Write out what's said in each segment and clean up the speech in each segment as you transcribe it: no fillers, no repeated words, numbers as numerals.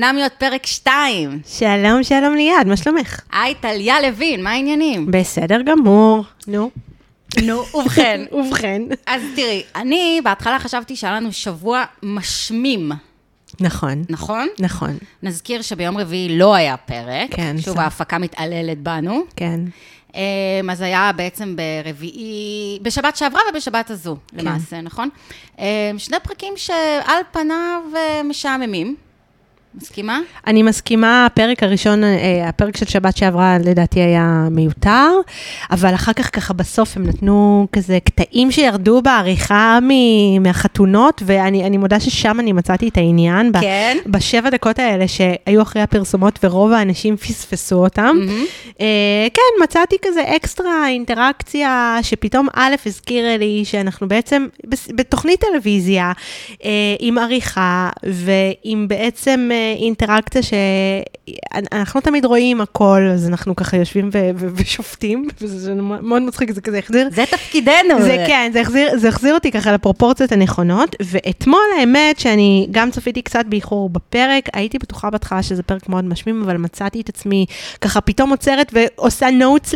חינמיות פרק 2. שלום, שלום ליד, מה שלומך? היי, טליה לוין, מה העניינים? בסדר גמור, נו. ובכן. ובכן. אז תראי, אני בהתחלה חשבתי שהיה לנו שבוע משמים. נכון. נכון? נכון. נזכיר שביום רביעי לא היה פרק. כן. שוב, ההפקה מתעללת בנו. כן. אז היה בעצם ברביעי, בשבת שעברה ובשבת הזו, למעשה, נכון? שני פרקים שעל פניו משעממים. מסכימה? אני מסכימה, הפרק הראשון, הפרק של שבת שעברה לדעתי היה מיותר, אבל אחר כך ככה בסוף הם נתנו כזה קטעים שירדו בעריכה מהחתונות, ואני מודה ששם אני מצאתי את העניין, כן. בשבע דקות האלה שהיו אחרי הפרסומות ורוב האנשים פספסו אותם. כן, מצאתי כזה אקסטרה אינטראקציה, שפתאום א' הזכירה לי שאנחנו בעצם בתוכנית טלוויזיה, עם עריכה, ועם בעצם אינטראקציה שאנחנו תמיד רואים הכל, אז אנחנו ככה יושבים ושופטים, וזה מאוד מצחיק, זה כזה החזיר. זה תפקידנו. זה כן, זה החזיר אותי ככה לפרופורציות הנכונות, ואתמול האמת שאני גם צפיתי קצת באיחור בפרק, הייתי בטוחה בהתחלה שזה פרק מאוד משמים, אבל מצאתי את עצמי ככה פתאום עוצרת ועושה נוטס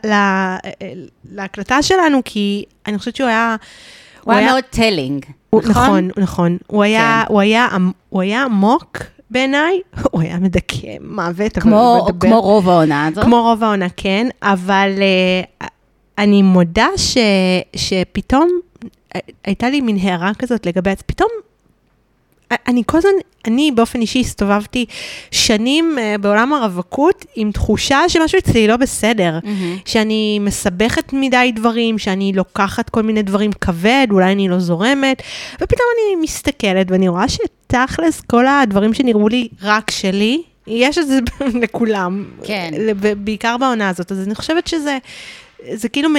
להקלטה שלנו, כי אני חושבת שהוא היה... הוא היה מאוד טלינג, נכון? נכון. הוא היה עמוק בעיניי, הוא היה מדכא מוות. כמו רוב העונה הזאת. כמו רוב העונה, כן, אבל אני מודה שפתאום הייתה לי מין הערה כזאת לגבי, פתאום אני באופן אישי הסתובבתי שנים בעולם הרווקות עם תחושה שמשהו אצלי לא בסדר, שאני מסבכת מדי דברים, שאני לוקחת כל מיני דברים כבד, אולי אני לא זורמת, ופתאום אני מסתכלת ואני רואה שתכלס כל הדברים שנראו לי רק שלי, יש את זה לכולם, כן. בעיקר בעונה הזאת, אז אני חושבת שזה כאילו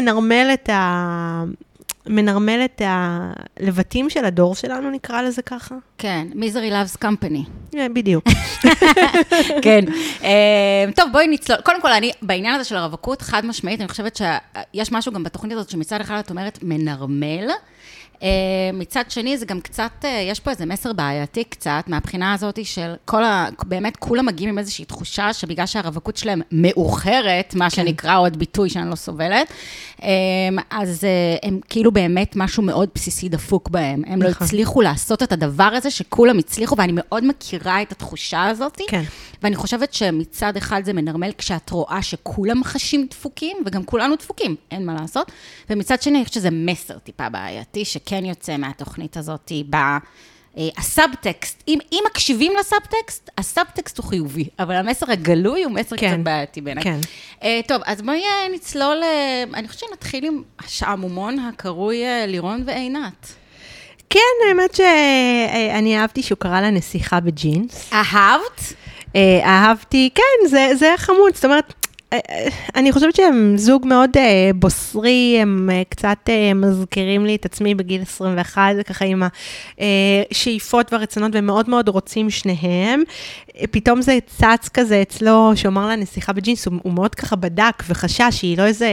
מנרמל את הלבטים של הדור שלנו, נקרא לזה ככה. כן, misery loves company. בדיוק. כן. טוב, בואי נצלול. קודם כל, אני, בעניין הזה של הרווקות, חד משמעית, אני חושבת שיש משהו גם בתוכנית הזאת, שמצד אחד את אומרת, מנרמל. מצד שני, זה גם קצת, יש פה איזה מסר בעייתי קצת, מהבחינה הזאת של באמת כולם מגיעים עם איזושהי תחושה, שבגלל שהרווקות שלהם מאוחרת, מה שנקרא עוד ביטוי שאני לא סובלת, אז הם כאילו באמת משהו מאוד בסיסי דפוק בהם. הם לא הצליחו לעשות את הדבר הזה, שכולם הצליחו, ואני מאוד מכירה את התחושה הזאת, ואני חושבת שמצד אחד זה מנרמל, כשאת רואה שכולם חשים דפוקים, וגם כולנו דפוקים, אין מה לעשות, ומצד שני, אני חושבת שזה מסר טיפה בעייתי, כן יוצא מהתוכנית הזאת, הסאבטקסט, אם מקשיבים לסאבטקסט, הסאבטקסט הוא חיובי, אבל המסר הגלוי הוא מסר קצת בעייתי בעיניי. כן. טוב, אז בואי נצלול, אני חושבת שנתחיל עם השעמומון הקרוי לירון ועינת. כן, האמת שאני אהבתי שהוא קרא לה נסיכה בג'ינס. אהבת? אהבתי, כן, זה חמוד, זאת אומרת, אני חושבת שהם זוג מאוד בוסרי, הם קצת מזכירים לי את עצמי בגיל 21, ככה עם השאיפות והרצונות, והם מאוד מאוד רוצים שניהם. פתאום זה צץ כזה אצלו, שאומר לה נסיכה בג'ינס, הוא מאוד ככה בדק וחשש, שהיא לא איזה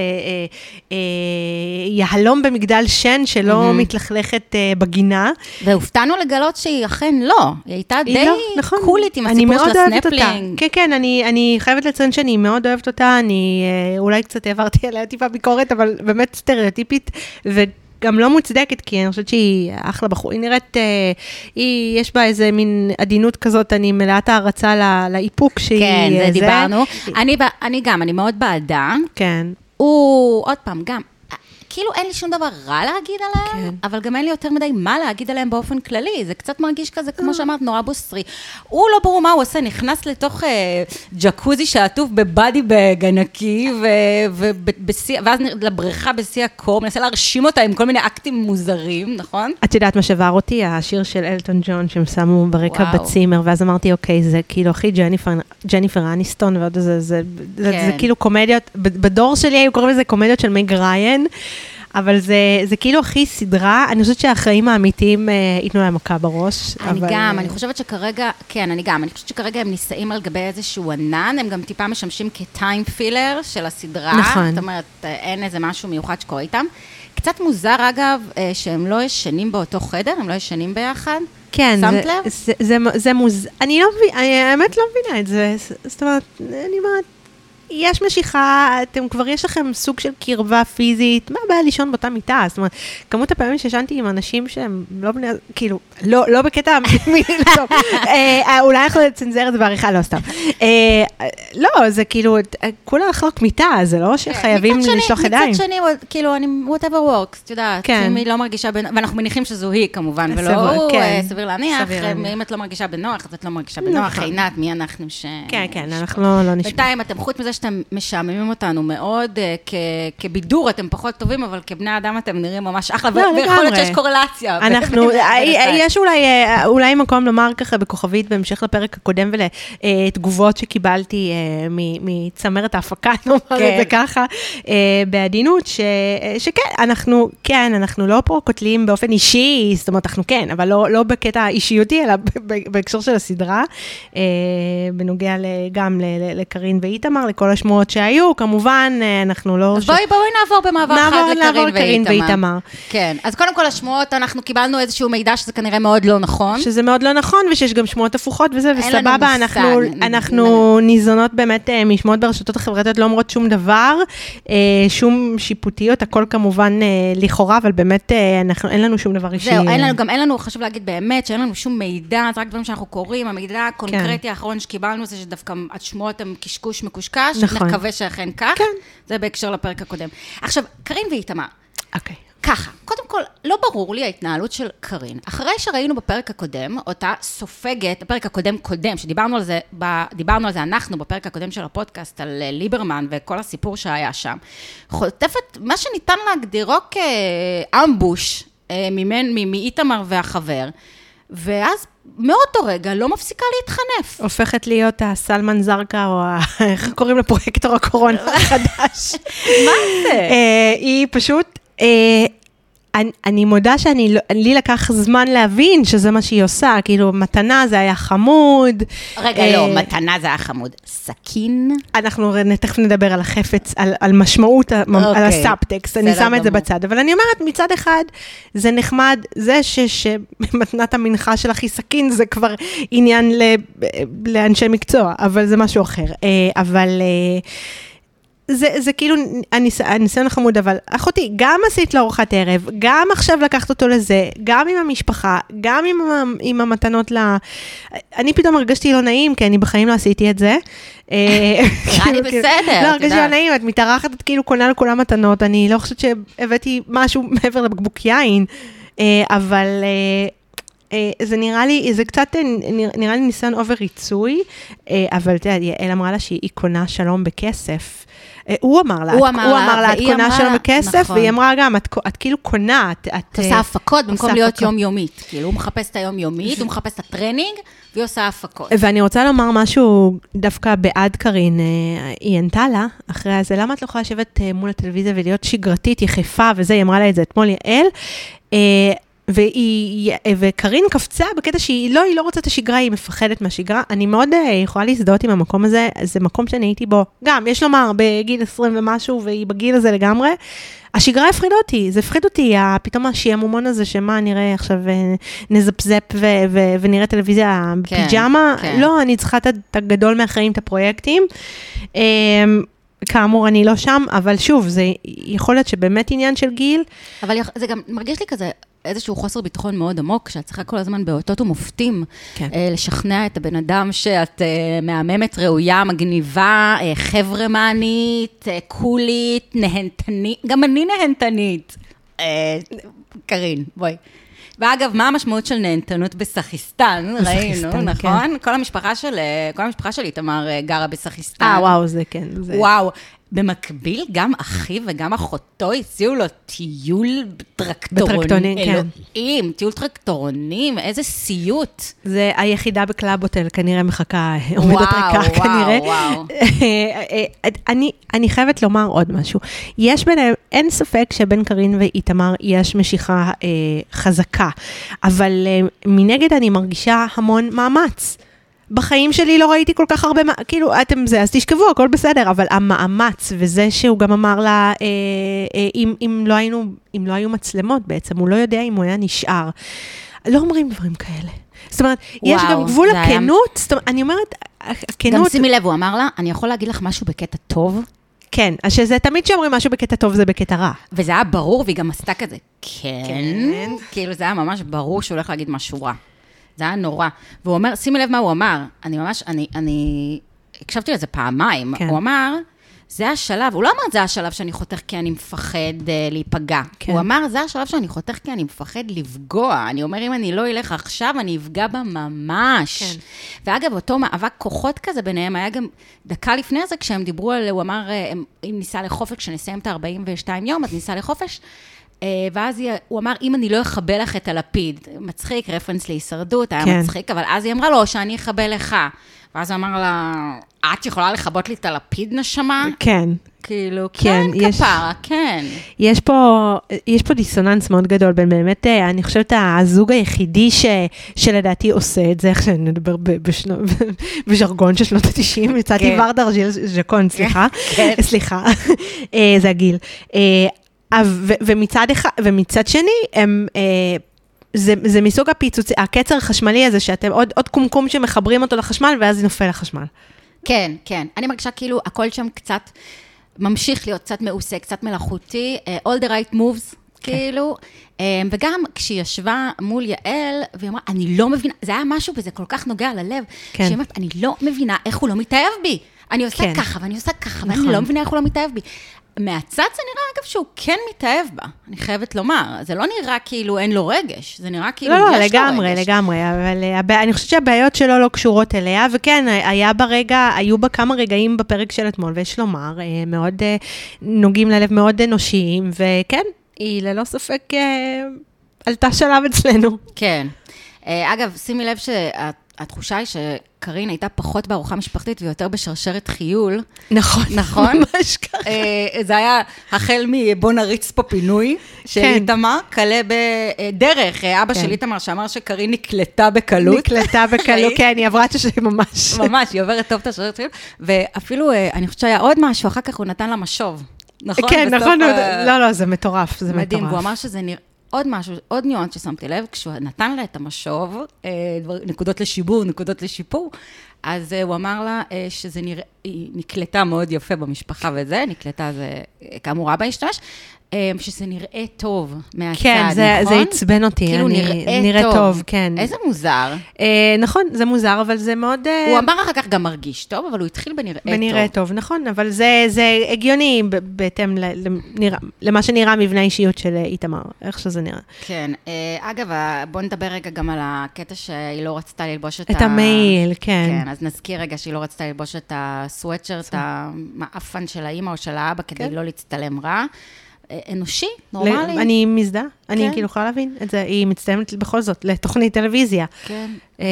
יהלום במגדל שן, שלא מתלכלכת בגינה. והופתענו לגלות שהיא אכן לא, היא הייתה די קולית עם הסיפור של הסנפלינג. כן, כן, אני חייבת לציין שאני מאוד אוהבת אותה, אני אולי קצת העברתי עליה טיפה ביקורת, אבל באמת סטריאוטיפית, וגם לא מוצדקת, כי אני חושבת שהיא אחלה בחור, היא נראית, יש בה איזה מין עדינות כזאת, אני מלאת הערצה לאיפוק שהיא... כן, זה דיברנו. אני מאוד בעדה. כן. הוא, עוד פעם, גם... כאילו אין לי שום דבר רע להגיד עליהם, אבל גם אין לי יותר מדי מה להגיד עליהם באופן כללי. זה קצת מרגיש כזה, כמו שאמרת, נורא בוסרי. הוא לא ברור מה הוא עושה, נכנס לתוך ג'קוזי שעטוף בבאדי בגנקי, ואז לבריכה בשיא הקור, מנסה להרשים אותה עם כל מיני אקטים מוזרים, נכון? את יודעת מה שבר אותי? השיר של אלטון ג'ון, שהם שמו ברקע בצימר, ואז אמרתי, אוקיי, זה כאילו הכי ג'ניפר אניסטון, ועוד זה כאילו קומדיות, בדור שלי היו קוראים לזה קומדיות של מייג ריין, אבל זה כאילו הכי סדרה, אני חושבת שהחיים האמיתיים ייתנו להם מכה בראש. אני חושבת שכרגע, כן, אני חושבת שכרגע הם נישאים על גבי איזשהו ענן, הם גם טיפה משמשים כטיים פילר של הסדרה. נכון. זאת אומרת, אין איזה משהו מיוחד שקורה איתם. קצת מוזר, אגב, שהם לא ישנים באותו חדר, הם לא ישנים ביחד. כן, שמת לב? זה מוזר. אני לא מבינה, אני האמת לא מבינה את זה. זאת אומרת, אני אומרת, יש משיכה, אתם כבר יש לכם סוג של קרבה פיזית, מה הבעיה לישון באותה מיטה? זאת אומרת, כמות הפעמים שישנתי עם אנשים שהם לא בני, כאילו, לא בקטע מילי, אולי יכול לצנזר את זה בעריכה, לא סתם. לא, זה כאילו, כולה לחלוק מיטה, זה לא שחייבים לשלוח ידיים. מצד שני, כאילו, אני, whatever works, את יודעת, אם היא לא מרגישה בנוח, ואנחנו מניחים שזו היא כמובן, ולא הוא, סביר להניח, אם את לא מרגישה בנוח, אז את לא מרגישה בנוח, עינת, מי אנחנו ש... כן, כן, אנחנו לא נשמע. בינתיים, אתם חוץ מזה שאתם משעממים אותנו מאוד, כבידור אתם פחות טובים, אבל כבני אדם אתם נראים ממש אחלה, ויכול להיות שיש קורלציה. יש אולי מקום לומר ככה בכוכבית, בהמשך לפרק הקודם ולתגובות שקיבלתי מצמרת ההפקה, נאמר את זה ככה, בעדינות, שכן, אנחנו לא פה קוטלים באופן אישי, זאת אומרת, אנחנו כן, אבל לא בקטע אישיותי, אלא בהקשר של הסדרה, בנוגע גם לקרין ואיתמר, לכל השמועות שהיו, כמובן, אנחנו לא... אז בואי נעבור במעבר חד לקרין ואיתמר. כן, אז קודם כל השמועות, אנחנו קיבלנו איזשהו מידע שזה כנראה מאוד לא נכון. שזה מאוד לא נכון, ושיש גם שמועות הפוכות וזה, וסבבה, אנחנו ניזונות באמת משמועות ברשתות החברתיות, לא אומרות שום דבר, שום שיפוטיות, הכל כמובן לכאורה, אבל באמת אין לנו שום דבר אישי. זהו, אין לנו, חשוב להגיד באמת, שאין לנו שום מידע, זה רק דברים שאנחנו קוראים, המידע הקונקרטי האחרון שקיבלנו זה שדווקא השמועות הן קשקוש מקושקש, נקווה שאכן כך, זה בהקשר לפרק הקודם. עכשיו, קרין ואיתמר. אוקיי. ככה, קודם כל, לא ברור לי ההתנהלות של קרין. אחרי שראינו בפרק הקודם, אותה סופגת, הפרק הקודם, שדיברנו על זה אנחנו בפרק הקודם של הפודקאסט, על ליברמן וכל הסיפור שהיה שם, חוטפת מה שניתן להגדירו כאמבוש מאיתמר והחבר, ואז מאותו רגע לא מפסיקה להתחנף. הופכת להיות הסלמן זרקה, או איך קוראים לפרויקטור הקורונה החדש. מה זה? היא פשוט... אני מודה לי לקח זמן להבין שזה מה שהיא עושה, כאילו מתנה זה היה חמוד. רגע, לא, מתנה זה היה חמוד. סכין? אנחנו תכף נדבר על החפץ, על משמעות, על הסאבטקסט, אני שמה את זה בצד. אבל אני אומרת, מצד אחד, זה נחמד, זה שמתנת המנחה של הכי סכין, זה כבר עניין לאנשי מקצוע, אבל זה משהו אחר. אבל... זה כאילו הניסיון החמוד, אבל אחותי, גם עשית לו ארוחת ערב, גם עכשיו לקחת אותו לזה, גם עם המשפחה, גם עם המתנות אני פתאום הרגשתי לא נעים, כי אני בחיים לא עשיתי את זה. נראה לי בסדר. לא, הרגשתי לא נעים, את מתארחת, את כאילו קונה לכולם מתנות, אני לא חושבת שהבאתי משהו מעבר לבקבוק יין, אבל... זה נראה לי, זה קצת נראה לי ניסיון אובר ריצוי, אבל יעל אמרה לה שהיא קונה שלום בכסף. הוא אמר לה, את קונה שלום בכסף, והיא אמרה גם, את כאילו קונה, את עושה הפקות במקום להיות יומיומית. כאילו הוא מחפש את היומיומית, הוא מחפש את הטרנינג, והיא עושה הפקות. ואני רוצה לומר משהו דווקא בעד קרין, היא ענתה לה, אחרי זה, למה את לא יכולה לשבת מול הטלוויזיה ולהיות שגרתית, יחפה, וזה, היא אמרה לה את זה אתמול, יעל, וקרין קפצה בקטע שהיא לא רוצה את השגרה, היא מפחדת מהשגרה. אני מאוד יכולה להזדהות עם המקום הזה, זה מקום שאני הייתי בו, גם, יש לומר, בגיל 20 ומשהו, והיא בגיל הזה לגמרי. השגרה הפחידה אותי, זה הפחיד אותי, פתאום השיעמומון הזה, שמה נראה עכשיו נזפזפ ונראה טלוויזיה בפיג'מה, לא, אני צריכה את הגדול מהחיים, את הפרויקטים. כאמור, אני לא שם, אבל שוב, זה יכול להיות שבאמת עניין של גיל. אבל זה גם מרגיש לי כזה, איזשהו חוסר ביטחון מאוד עמוק, שאת צריכה כל הזמן באותות ומופתים, לשכנע את הבן אדם שאת מהממת, ראויה, מגניבה, חברמנית, קולית, נהנתנית, גם אני נהנתנית. קרין, בואי. ואגב, מה המשמעות של נהנתנות בסחיסטן? ראינו, נכון? כל המשפחה שלי, תמר, גרה בסחיסטן. וואו, זה כן. וואו. במקביל, גם אחיו וגם אחותו הציעו לו טיול טרקטורונים. אלוהים, טיול טרקטורונים, איזה סיוט. זה היחידה בקלאבוטל, כנראה מחכה, עומדת ריקה כנראה. אני חייבת לומר עוד משהו. יש ביניהם, אין ספק שבין קרין ואיתמר יש משיכה חזקה, אבל מנגד אני מרגישה המון מאמץ. בחיים שלי לא ראיתי כל כך הרבה, כאילו, אתם זה, אז תשכבו, הכל בסדר, אבל המאמץ, וזה שהוא גם אמר לה, אם לא היו מצלמות בעצם, הוא לא יודע אם הוא היה נשאר. לא אומרים דברים כאלה. זאת אומרת, יש גם גבול הכנות, זאת אומרת, אני אומרת, הכנות... גם שימי לב, הוא אמר לה, אני יכול להגיד לך משהו בקטע טוב? כן, אז שזה תמיד שאומרים משהו בקטע טוב, זה בקטע רע. וזה היה ברור, והיא גם עשתה כזה, כן. כאילו זה היה ממש ברור שהוא הולך להגיד משהו רע. זה היה נורא. והוא אומר, שימי לב מה הוא אמר, אני הקשבתי לזה פעמיים, הוא אמר, זה השלב, הוא לא אמר, זה השלב שאני חותך כי אני מפחד להיפגע. הוא אמר, זה השלב שאני חותך כי אני מפחד לפגוע. אני אומר, אם אני לא אלך עכשיו, אני אפגע בה ממש. ואגב, אותו מאבק כוחות כזה ביניהם, היה גם דקה לפני זה, כשהם דיברו על, הוא אמר, אם ניסה לחופש, כשנסיים את ה-42 יום, אז ניסה לחופש, ואז הוא אמר, אם אני לא אחבל לך את הלפיד, מצחיק, רפרנס להישרדות, היה מצחיק, אבל אז היא אמרה לו, שאני אחבל לך. ואז הוא אמר לה, את יכולה לחבות לי את הלפיד נשמה? כן. כאילו, כן, כפרה, כן. יש פה דיסוננס מאוד גדול, בין באמת, אני חושבת, הזוג היחידי שלדעתי עושה את זה, איך שאני מדבר בז'רגון של שנות ה-90, מצאתי ורדר ז'קון, סליחה, זה הגיל. ומצד שני, זה מסוג הפיצוץ, הקצר החשמלי הזה, שאתם עוד קומקום שמחברים אותו לחשמל, ואז נופל לחשמל. כן, כן. אני מרגישה כאילו, הכל שם קצת ממשיך להיות קצת מעושה, קצת מלאכותי, all the right moves, כאילו, וגם כשהיא ישבה מול יעל, והיא אמרה, אני לא מבינה, זה היה משהו, וזה כל כך נוגע ללב, שהיא אמרת, אני לא מבינה איך הוא לא מתאהב בי. אני עושה ככה, ואני עושה ככה, ואני לא מבינה איך הוא לא מתאהב בי. מהצד זה נראה, אגב, שהוא כן מתאהב בה, אני חייבת לומר. זה לא נראה כאילו אין לו רגש, זה נראה כאילו יש לו רגש. לא, לגמרי, אבל אני חושבת שהבעיות שלו לא קשורות אליה, וכן, היו בה כמה רגעים בפרק של אתמול, ויש לומר, מאוד נוגעים ללב, מאוד אנושיים, וכן, היא ללא ספק עלתה שלב אצלנו. כן. אגב, שימי לב התחושה היא שקרין הייתה פחות בארוחה משפחתית ויותר בשרשרת חיול. נכון. נכון? ממש ככה. זה היה החל מבוא נריץ פה פינוי, של איתמר, קלה בדרך. אבא של איתמר שאמר שקרין נקלטה בקלות. נקלטה בקלות, כן, היא עברה את זה ממש. ממש, היא עוברת טוב את השרשרת חיול. ואפילו, אני חושבת שהיה עוד משהו, אחר כך הוא נתן לה משוב. נכון? כן, נכון. לא, זה מטורף, זה מטורף. מדהים, והוא אמר שזה נראה... עוד משהו, עוד ניואנס ששמתי לב, כשהוא נתן לה את המשוב, נקודות לשיבור, נקודות לשיפור, אז הוא אמר לה שזה נראה, היא נקלטה מאוד יפה במשפחה וזה, נקלטה זה, כאמור אבא השתמש, שזה נראה טוב מהצד, כן, נכון? זה עצבן אותי, כאילו נראה טוב, כן. איזה מוזר. נכון, זה מוזר, אבל זה מאוד... הוא אמר אחר כך גם מרגיש טוב, אבל הוא התחיל בנראה טוב. בנראה טוב, נכון, אבל זה הגיוני בהתאם למה שנראה מבנה האישיות של איתמר, איך שזה נראה. כן, אגב, בוא נדבר רגע גם על הקטע שהיא לא רצתה ללבוש את המייל, כן. כן, אז נזכיר רגע שהיא לא רצתה ללבוש את הסוואטשרט, המאפן של האמא או של האבא, כדי לא להצטלם רע. אנושי, נורמלי. אני מזדהה, אני כאילו יכולה להבין את זה, היא מצטלמת בכל זאת, לתוכנית טלוויזיה. כן,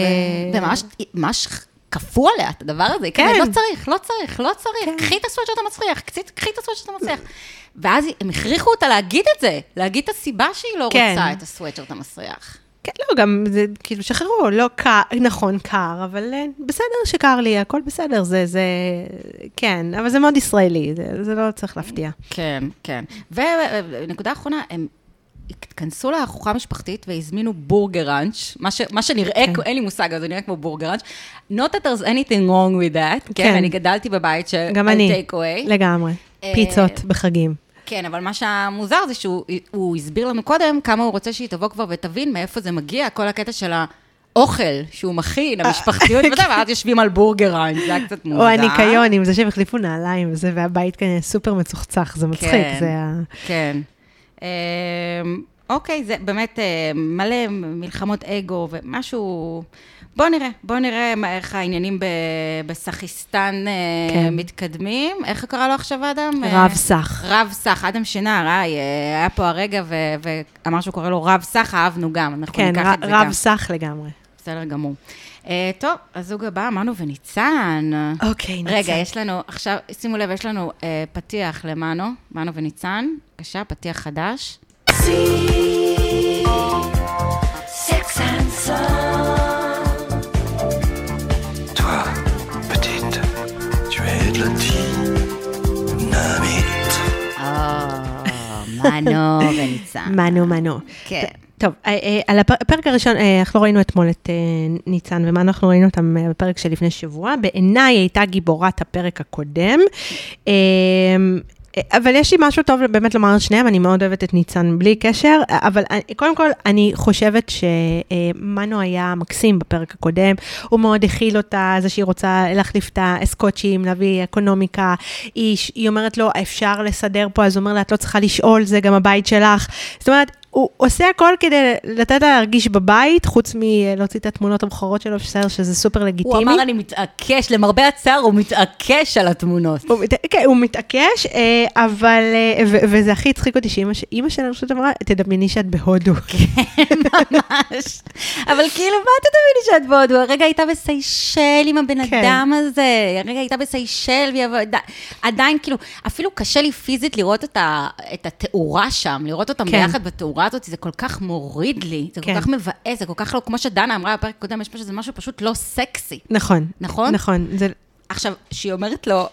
וממש כפו עליה את הדבר הזה, כן, לא צריך, קחי את הסוואטשרט המצריח, קחי את הסוואטשרט המצריח. ואז הם הכריחו אותה להגיד את זה, להגיד את הסיבה שהיא לא רוצה את הסוואטשרט המצריח. כן, לא, גם זה כאילו שחררו, לא קר, נכון, קר, אבל בסדר שקר לי, הכל בסדר, זה, כן, אבל זה מאוד ישראלי, זה לא צריך להפתיע. כן, כן. ונקודה האחרונה, הם התכנסו לארוחה משפחתית והזמינו בורגראנץ', מה שנראה, אין לי מושג, אבל זה נראה כמו בורגראנץ'. Not that there's anything wrong with that, כן, אני גדלתי בבית של take away. לגמרי, פיצות בחגים. כן, אבל מה שהמוזר זה שהוא הסביר לנו קודם כמה הוא רוצה שהיא תבוא כבר ותבין מאיפה זה מגיע, כל הקטע של האוכל שהוא מכין, המשפחתיות, ואז יושבים על בורגראנץ', זה היה קצת מוזר. או הניקיון, עם זה שהם החליפו נעליים וזה, והבית כאן סופר מצוחצח, זה מצחיק, זה כן. אוקיי, זה באמת מלא מלחמות אגו ומשהו... בוא נראה איך העניינים בסחיסטן מתקדמים. איך קרא לו עכשיו אדם? רב סח. רב סח, אדם שנער, היה פה הרגע ואמר שהוא קורא לו רב סח, אהבנו גם. כן, רב סח לגמרי. בסדר גמור. טוב, הזוג הבא, מנו וניצן. אוקיי, ניצן. רגע, יש לנו, עכשיו, שימו לב, יש לנו פתיח למנו וניצן. בבקשה, פתיח חדש. Sex and Soul. מנו וניצן. מנו. כן. טוב, על הפרק הראשון, אנחנו לא ראינו אתמול את ניצן ומה אנחנו ראינו אותם בפרק של לפני שבוע. בעיניי הייתה גיבורת הפרק הקודם, אבל יש לי משהו טוב באמת לומר על שניהם, אני מאוד אוהבת את ניצן בלי קשר, אבל קודם כל אני חושבת שמנו היה מקסים בפרק הקודם, הוא מאוד הכיל אותה, זה שהיא רוצה להחליף את הסקוטשים, להביא אקונומיקה, היא אומרת לו, אפשר לסדר פה, אז הוא אומר לה, את לא צריכה לשאול, זה גם הבית שלך, זאת אומרת, הוא עושה הכל כדי לתת לה להרגיש בבית, חוץ מלהוציא את התמונות הבחורות שלו, שזה סופר לגיטימי. הוא אמר, אני מתעקש, למרבה הצער, הוא מתעקש על התמונות. כן, הוא מתעקש, אבל, וזה הכי הצחיק אותי, שאמא של הרשות אמרה, תדמייני שאת בהודו. כן, ממש. אבל כאילו, מה תדמייני שאת בהודו? הרגע הייתה בסיישל עם הבן אדם הזה, הרגע הייתה בסיישל, עדיין כאילו, אפילו קשה לי פיזית לראות את התאורה שם, לראות אותם ביחד בתאורה הזאת, זה כל כך מוריד לי, זה כל כך מבאס, זה כל כך לא, כמו שדנה אמרה בפרק קודם, יש פה שזה משהו פשוט לא סקסי. נכון. נכון? נכון. עכשיו, שהיא אומרת לו,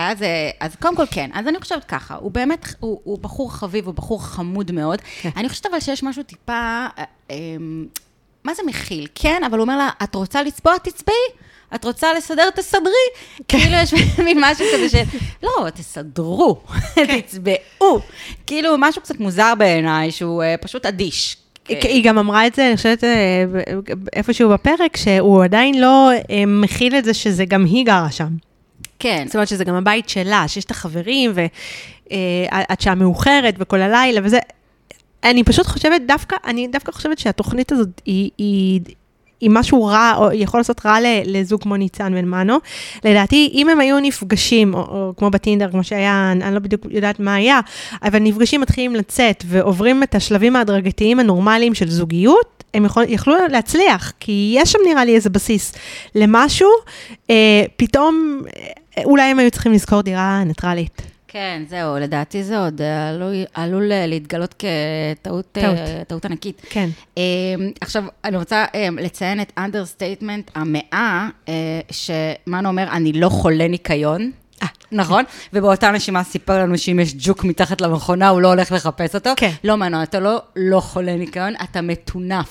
אז קודם כל כן, אז אני חושבת ככה, הוא באמת, הוא בחור חביב, הוא בחור חמוד מאוד, אני חושבת אבל שיש משהו טיפה, מה זה מכיל? כן, אבל הוא אומר לה, את רוצה לצבוע, תצבעי? את רוצה לסדר, תסדרי? כאילו יש מין משהו כזה של, לא, תסדרו, תצבעו. כאילו משהו קצת מוזר בעיניי, שהוא פשוט אדיש. היא גם אמרה את זה, אני חושבת, איפשהו בפרק, שהוא עדיין לא מכיל את זה שזה גם היא גרה שם. כן. זאת אומרת שזה גם הבית שלה, שיש את החברים, ואת שעה מאוחרת וכל הלילה, וזה, אני פשוט חושבת, אני דווקא חושבת שהתוכנית הזאת היא משהו רע, או יכול לעשות רע לזוג כמו ניצן ומנו. לדעתי, אם הם היו נפגשים, או כמו בטינדר, כמו שהיה, אני לא בדיוק יודעת מה היה, אבל נפגשים מתחילים לצאת, ועוברים את השלבים ההדרגתיים הנורמליים של זוגיות, הם יכלו להצליח, כי יש שם נראה לי איזה בסיס למשהו, פתאום, אולי הם היו צריכים לזכור דירה ניטרלית. כן, זהו, לדעתי זה עוד עלול להתגלות כטעות ענקית. כן. עכשיו, אני רוצה לציין את אנדרסטייטמנט המאה, שמנו אומר, אני לא חולה ניקיון, נכון? ובאותה נשימה סיפר לנו שאם יש ג'וק מתחת למכונה, הוא לא הולך לחפש אותו. כן. לא מנו, אתה לא חולה ניקיון, אתה מטונף.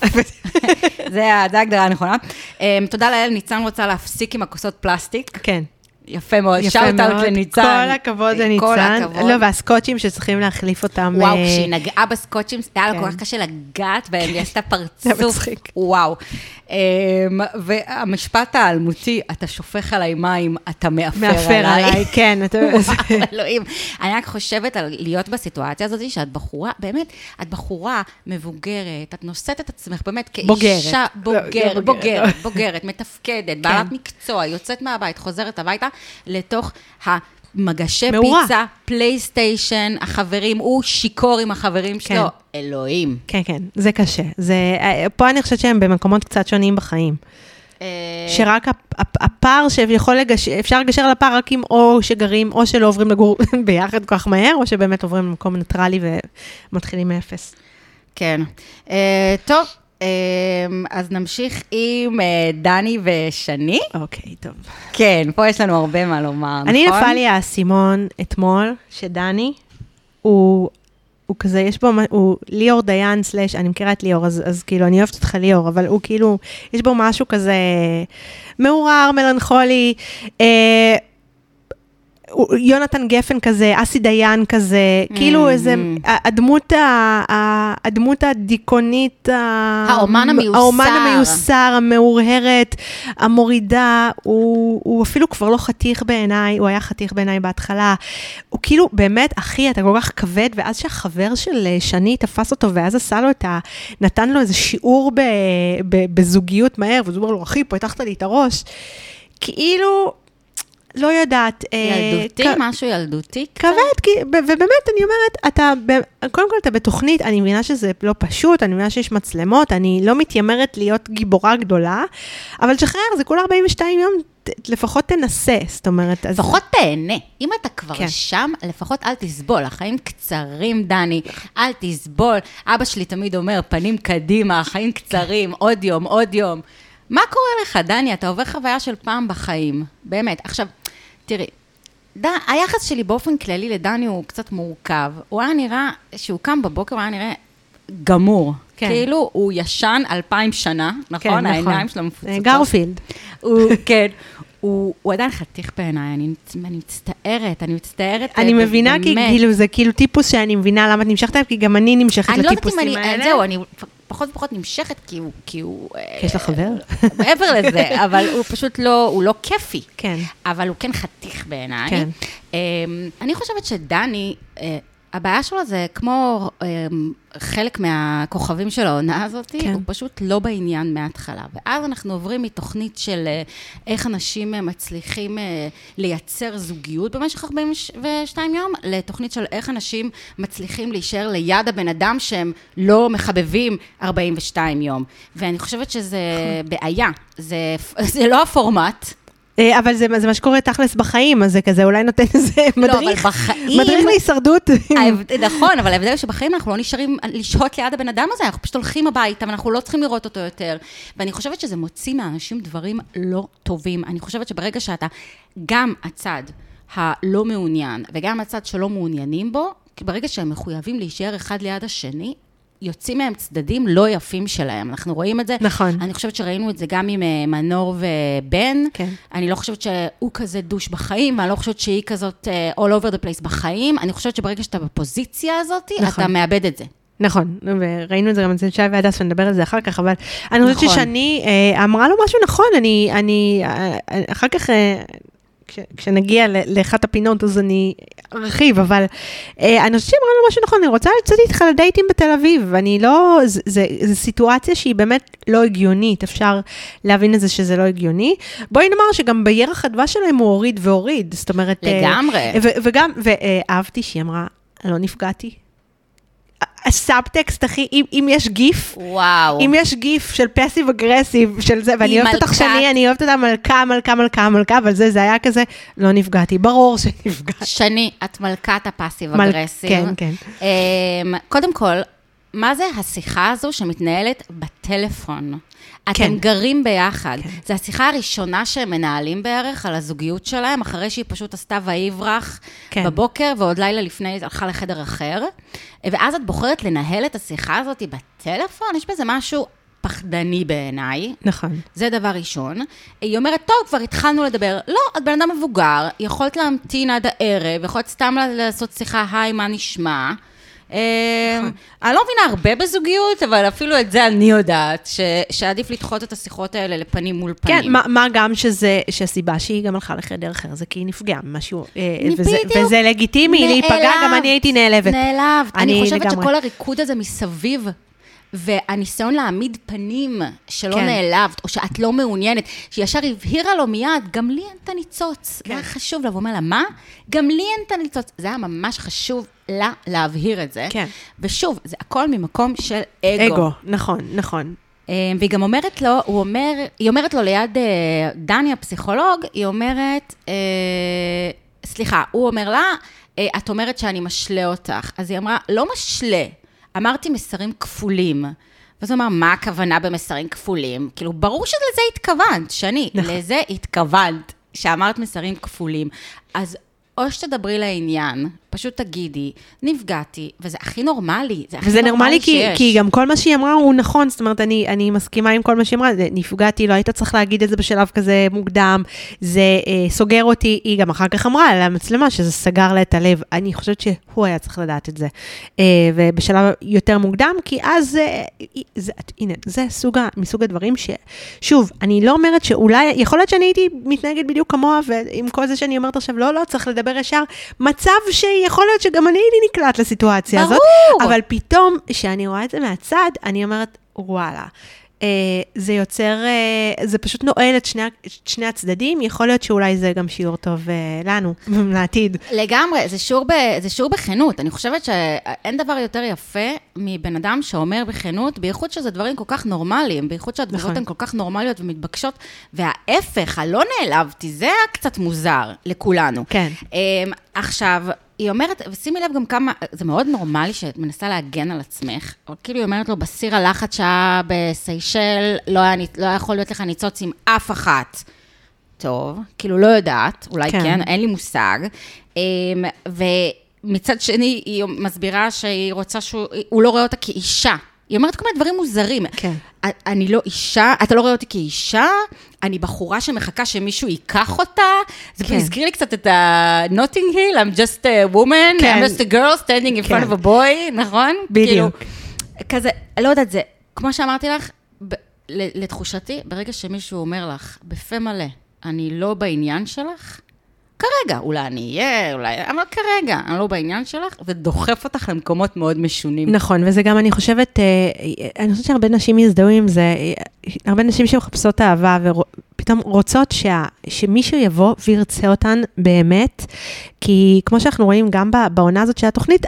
זה ההגדרה הנכונה. תודה לאל, ניצן רוצה להפסיק עם הכוסות פלסטיק. כן. יפה מאוד, שאוט אאוט לניצן. כל הכבוד לניצן. לא, והסקוטשים שצריכים להחליף אותם. וואו, כשהיא נגעה בסקוטשים, היה לה כל כך קשה לגעת, והם עשתה פרצוף. וואו. והמשפט האלמותי, אתה שופך עליי מים, אתה מאפר עליי. כן. אלוהים. אני רק חושבת על להיות בסיטואציה הזאת, שאת בחורה, באמת, את בחורה מבוגרת, את נושאת את עצמך, באמת, כאישה בוגרת, מתפקדת, בעלת מקצוע, יוצאת מהבית, חוזרת הביתה, לתוך המגשי פיצה, פלייסטיישן, החברים, הוא שיקור עם החברים שלו, אלוהים. כן, כן, זה קשה. פה אני חושבת שהם במקומות קצת שונים בחיים. שרק הפער שאפשר לגשר על הפער רק עם או שגרים, או שלא עוברים לגור ביחד כל כך מהר, או שבאמת עוברים למקום ניטרלי ומתחילים מאפס. כן. טוב. אז נמשיך עם דני ושני. אוקיי, טוב. כן, פה יש לנו הרבה מה לומר, נכון? אני נפל לי האסימון אתמול, שדני, הוא כזה, יש בו, הוא ליאור דיין סלש, אני מכירה את ליאור, אז כאילו, אני אוהבת אותך ליאור, אבל הוא כאילו, יש בו משהו כזה מעורר, מלנכולי, יונתן גפן כזה, אסי דיין כזה, כאילו איזה, הדמות הדיכונית, האומן המיוסר, המאורהרת, המורידה, הוא אפילו כבר לא חתיך בעיניי, הוא היה חתיך בעיניי בהתחלה, הוא כאילו באמת, אחי, אתה כל כך כבד, ואז שהחבר של שני תפס אותו, ואז עשה לו נתן לו איזה שיעור בזוגיות מהר, ואז הוא אומר לו, אחי, פה התחת לי את הראש, כאילו, לא יודעת. ילדותי, משהו ילדותי. כבד, ובאמת אני אומרת, קודם כל אתה בתוכנית, אני מבינה שזה לא פשוט, אני מבינה שיש מצלמות, אני לא מתיימרת להיות גיבורה גדולה, אבל שחרר, זה כולה 42 יום, לפחות תנסה, זאת אומרת. לפחות תהנה. אם אתה כבר שם, לפחות אל תסבול. החיים קצרים, דני, אל תסבול. אבא שלי תמיד אומר, פנים קדימה, החיים קצרים, עוד יום, עוד יום. מה קורה לך, דני? אתה עובר חוויה של פעם בחיים. באמת. עכשיו, תראי, היחס שלי באופן כללי לדני הוא קצת מורכב. הוא היה נראה, שהוא קם בבוקר, הוא היה נראה גמור. כן. כאילו, הוא ישן 2000 שנה, נכון? כן, העיניים שלו מפוצצות. גרפילד. כן. הוא עדיין חתיך בעיניי, אני מצטערת. אני מבינה, כי זה כאילו טיפוס שאני מבינה למה את נמשכת, כי גם אני נמשכת לטיפוסים האלה. זהו, אני פחות ופחות נמשכת, כי הוא... יש לך חבר? מעבר לזה, אבל הוא פשוט לא, הוא לא כיפי. כן. אבל הוא כן חתיך בעיניי. כן. אני חושבת שדני, הבעיה שלו זה כמו חלק מהכוכבים של העונה הזאת, כן. הוא פשוט לא בעניין מההתחלה. ואז אנחנו עוברים מתוכנית של איך אנשים מצליחים לייצר זוגיות במשך 42 יום, לתוכנית של איך אנשים מצליחים להישאר ליד הבן אדם שהם לא מחבבים 42 יום. ואני חושבת שזה בעיה, זה לא הפורמט, אבל זה מה שקורה תכלס בחיים, אז זה כזה אולי נותן איזה מדריך, מדריך להישרדות. נכון, אבל ההבדל שבחיים אנחנו לא נשארים לשהות ליד הבן אדם הזה, אנחנו פשוט הולכים הביתה, ואנחנו לא צריכים לראות אותו יותר. ואני חושבת שזה מוציא מאנשים דברים לא טובים. אני חושבת שברגע שאתה, גם הצד הלא מעוניין, וגם הצד שלא מעוניינים בו, ברגע שהם מחויבים להישאר אחד ליד השני, יוצאים מהם צדדים לא יפים שלהם. אנחנו רואים את זה. נכון. אני חושבת שראינו את זה גם עם מנור ובן. כן. אני לא חושבת שהוא כזה דוש בחיים, ואני לא חושבת שהיא כזאת all over the place בחיים. אני חושבת שברגע שאתה בפוזיציה הזאת, אתה מאבד את זה. נכון, וראינו את זה גם אצל שי והדס, ונדבר על זה אחר כך, אבל אני חושבת ששני אמרה לו משהו נכון, אני אחר כך... כשנגיע לאחת הפינות, אז אני ארחיב, אבל אנשים אמרו משהו נכון, אני רוצה לצאת איתך לדייטים בתל אביב, ואני לא, זו סיטואציה שהיא באמת לא הגיונית, אפשר להבין את זה שזה לא הגיוני. בואי נאמר שגם בירח הדבש שלהם הוא הוריד, זאת אומרת... לגמרי. ואהבתי שהיא אמרה, לא נפגעתי. הסאבטקסט, אחי, אם יש גיף, וואו. אם יש גיף של פסיב אגרסיב, של זה, ואני אוהבת אותך שני, אני אוהבת אותה מלכה, אבל זה היה כזה, לא נפגעתי, ברור שנפגעתי. שני, את מלכת הפסיב אגרסיב. כן, כן. קודם כל, מה זה השיחה הזו שמתנהלת בטלפון? אתם גרים ביחד. זו השיחה הראשונה שהם מנהלים בערך על הזוגיות שלהם, אחרי שהיא פשוט עשתה ויברח בבוקר, ועוד לילה לפני הלכה לחדר אחר. ואז את בוחרת לנהל את השיחה הזאת בטלפון, יש בזה משהו פחדני בעיניי. נכון. זה דבר ראשון. היא אומרת, טוב, כבר התחלנו לדבר. לא, את בן אדם מבוגר, יכולת להמתין עד הערב, יכולת סתם לעשות שיחה, היי, מה נשמע? אני לא מבינה הרבה בזוגיות, אבל אפילו את זה אני יודעת, שעדיף לדחות את השיחות האלה לפנים מול פנים. כן, מה גם שהסיבה שהיא גם הלכה לחדר אחר, זה כי היא נפגעה משהו, וזה לגיטימי, להיפגע, גם אני הייתי נעלבת. נעלבת. אני חושבת שכל הריקוד הזה מסביב, והניסיון להעמיד פנים שלא נעלבת, או שאת לא מעוניינת, שישר הבהירה לו מיד, גם לי אין את הניצוץ. זה היה חשוב לה, ואומר לה, מה? גם לי אין את הניצוץ. זה היה ממש חשוב לה להבהיר את זה. ושוב, זה הכל ממקום של אגו. אגו, נכון, נכון. והיא גם אומרת לו, היא אומרת לו ליד דני הפסיכולוג, היא אומרת, סליחה, הוא אומר לה, את אומרת שאני משלה אותך. אז היא אמרה, לא משלה. אמרתי מסרים כפולים, ואז הוא אמר, מה הכוונה במסרים כפולים? כאילו, ברור שלזה התכוונת, שני, לזה התכוונת, שאמרת מסרים כפולים. או שתדברי לעניין, פשוט תגידי, נפגעתי, וזה הכי נורמלי. וזה נורמלי כי גם כל מה שהיא אמרה הוא נכון, זאת אומרת, אני מסכימה עם כל מה שהיא אמרה, נפגעתי, לא היית צריך להגיד את זה בשלב כזה מוקדם, זה סוגר אותי, היא גם אחר כך אמרה על המצלמה, שזה סגר לה את הלב, אני חושבת שהוא היה צריך לדעת את זה, ובשלב יותר מוקדם, כי אז, הנה, זה מסוג הדברים שוב, אני לא אומרת שאולי, יכול להיות שאני הייתי מתנהגת בדיוק כמוה, ועם כל זה שאני אומרת עכשיו, לא, צריך לדבר ישר, מצב שיכול להיות שגם אני הייתי נקלט לסיטואציה הזאת, אבל פתאום, שאני רואה את זה מהצד, אני אומרת, וואלה, זה יוצר, זה פשוט נועל את שני הצדדים, יכול להיות שאולי זה גם שיעור טוב לנו, לעתיד. לגמרי, זה שיעור בכנות, אני חושבת שאין דבר יותר יפה מבן אדם שאומר בכנות, בייחוד שזה דברים כל כך נורמליים, בייחוד שהתגובות הן כל כך נורמליות ומתבקשות, וההפך, הלא נעלבתי, זה היה קצת מוזר לכולנו. כן. עכשיו, היא אומרת, ושימי לב גם כמה, זה מאוד נורמלי שאת מנסה להגן על עצמך, או כאילו היא אומרת לו, בסיר הלחץ שעה בסיישל, לא יכול להיות לך ניצוץ עם אף אחת. טוב, כאילו לא יודעת, אולי כן, אין לי מושג, ומצד שני היא מסבירה שהיא רוצה שהוא לא רואה אותה כאישה, היא אומרת כל מיני דברים מוזרים. כן. אני לא אישה, אתה לא רואה אותי כאישה, אני בחורה שמחכה שמישהו ייקח אותה, זה פה הזכיר לי קצת את ה-Notting Hill, I'm just a woman, I'm just a girl standing in front of a boy, נכון? בדיוק. כזה, לא יודעת, זה, כמו שאמרתי לך, לתחושתי, ברגע שמישהו אומר לך, בפה מלא, אני לא בעניין שלך, כרגע, אולי אני אהיה, אבל כרגע, אני לא בעניין שלך, זה דוחף אותך למקומות מאוד משונים. נכון, וזה גם, אני חושבת שהרבה נשים יזדהו עם זה, הרבה נשים שמחפשות אהבה, ופתאום רוצות שמישהו יבוא וירצה אותן באמת, כי כמו שאנחנו רואים גם בעונה הזאת של התוכנית,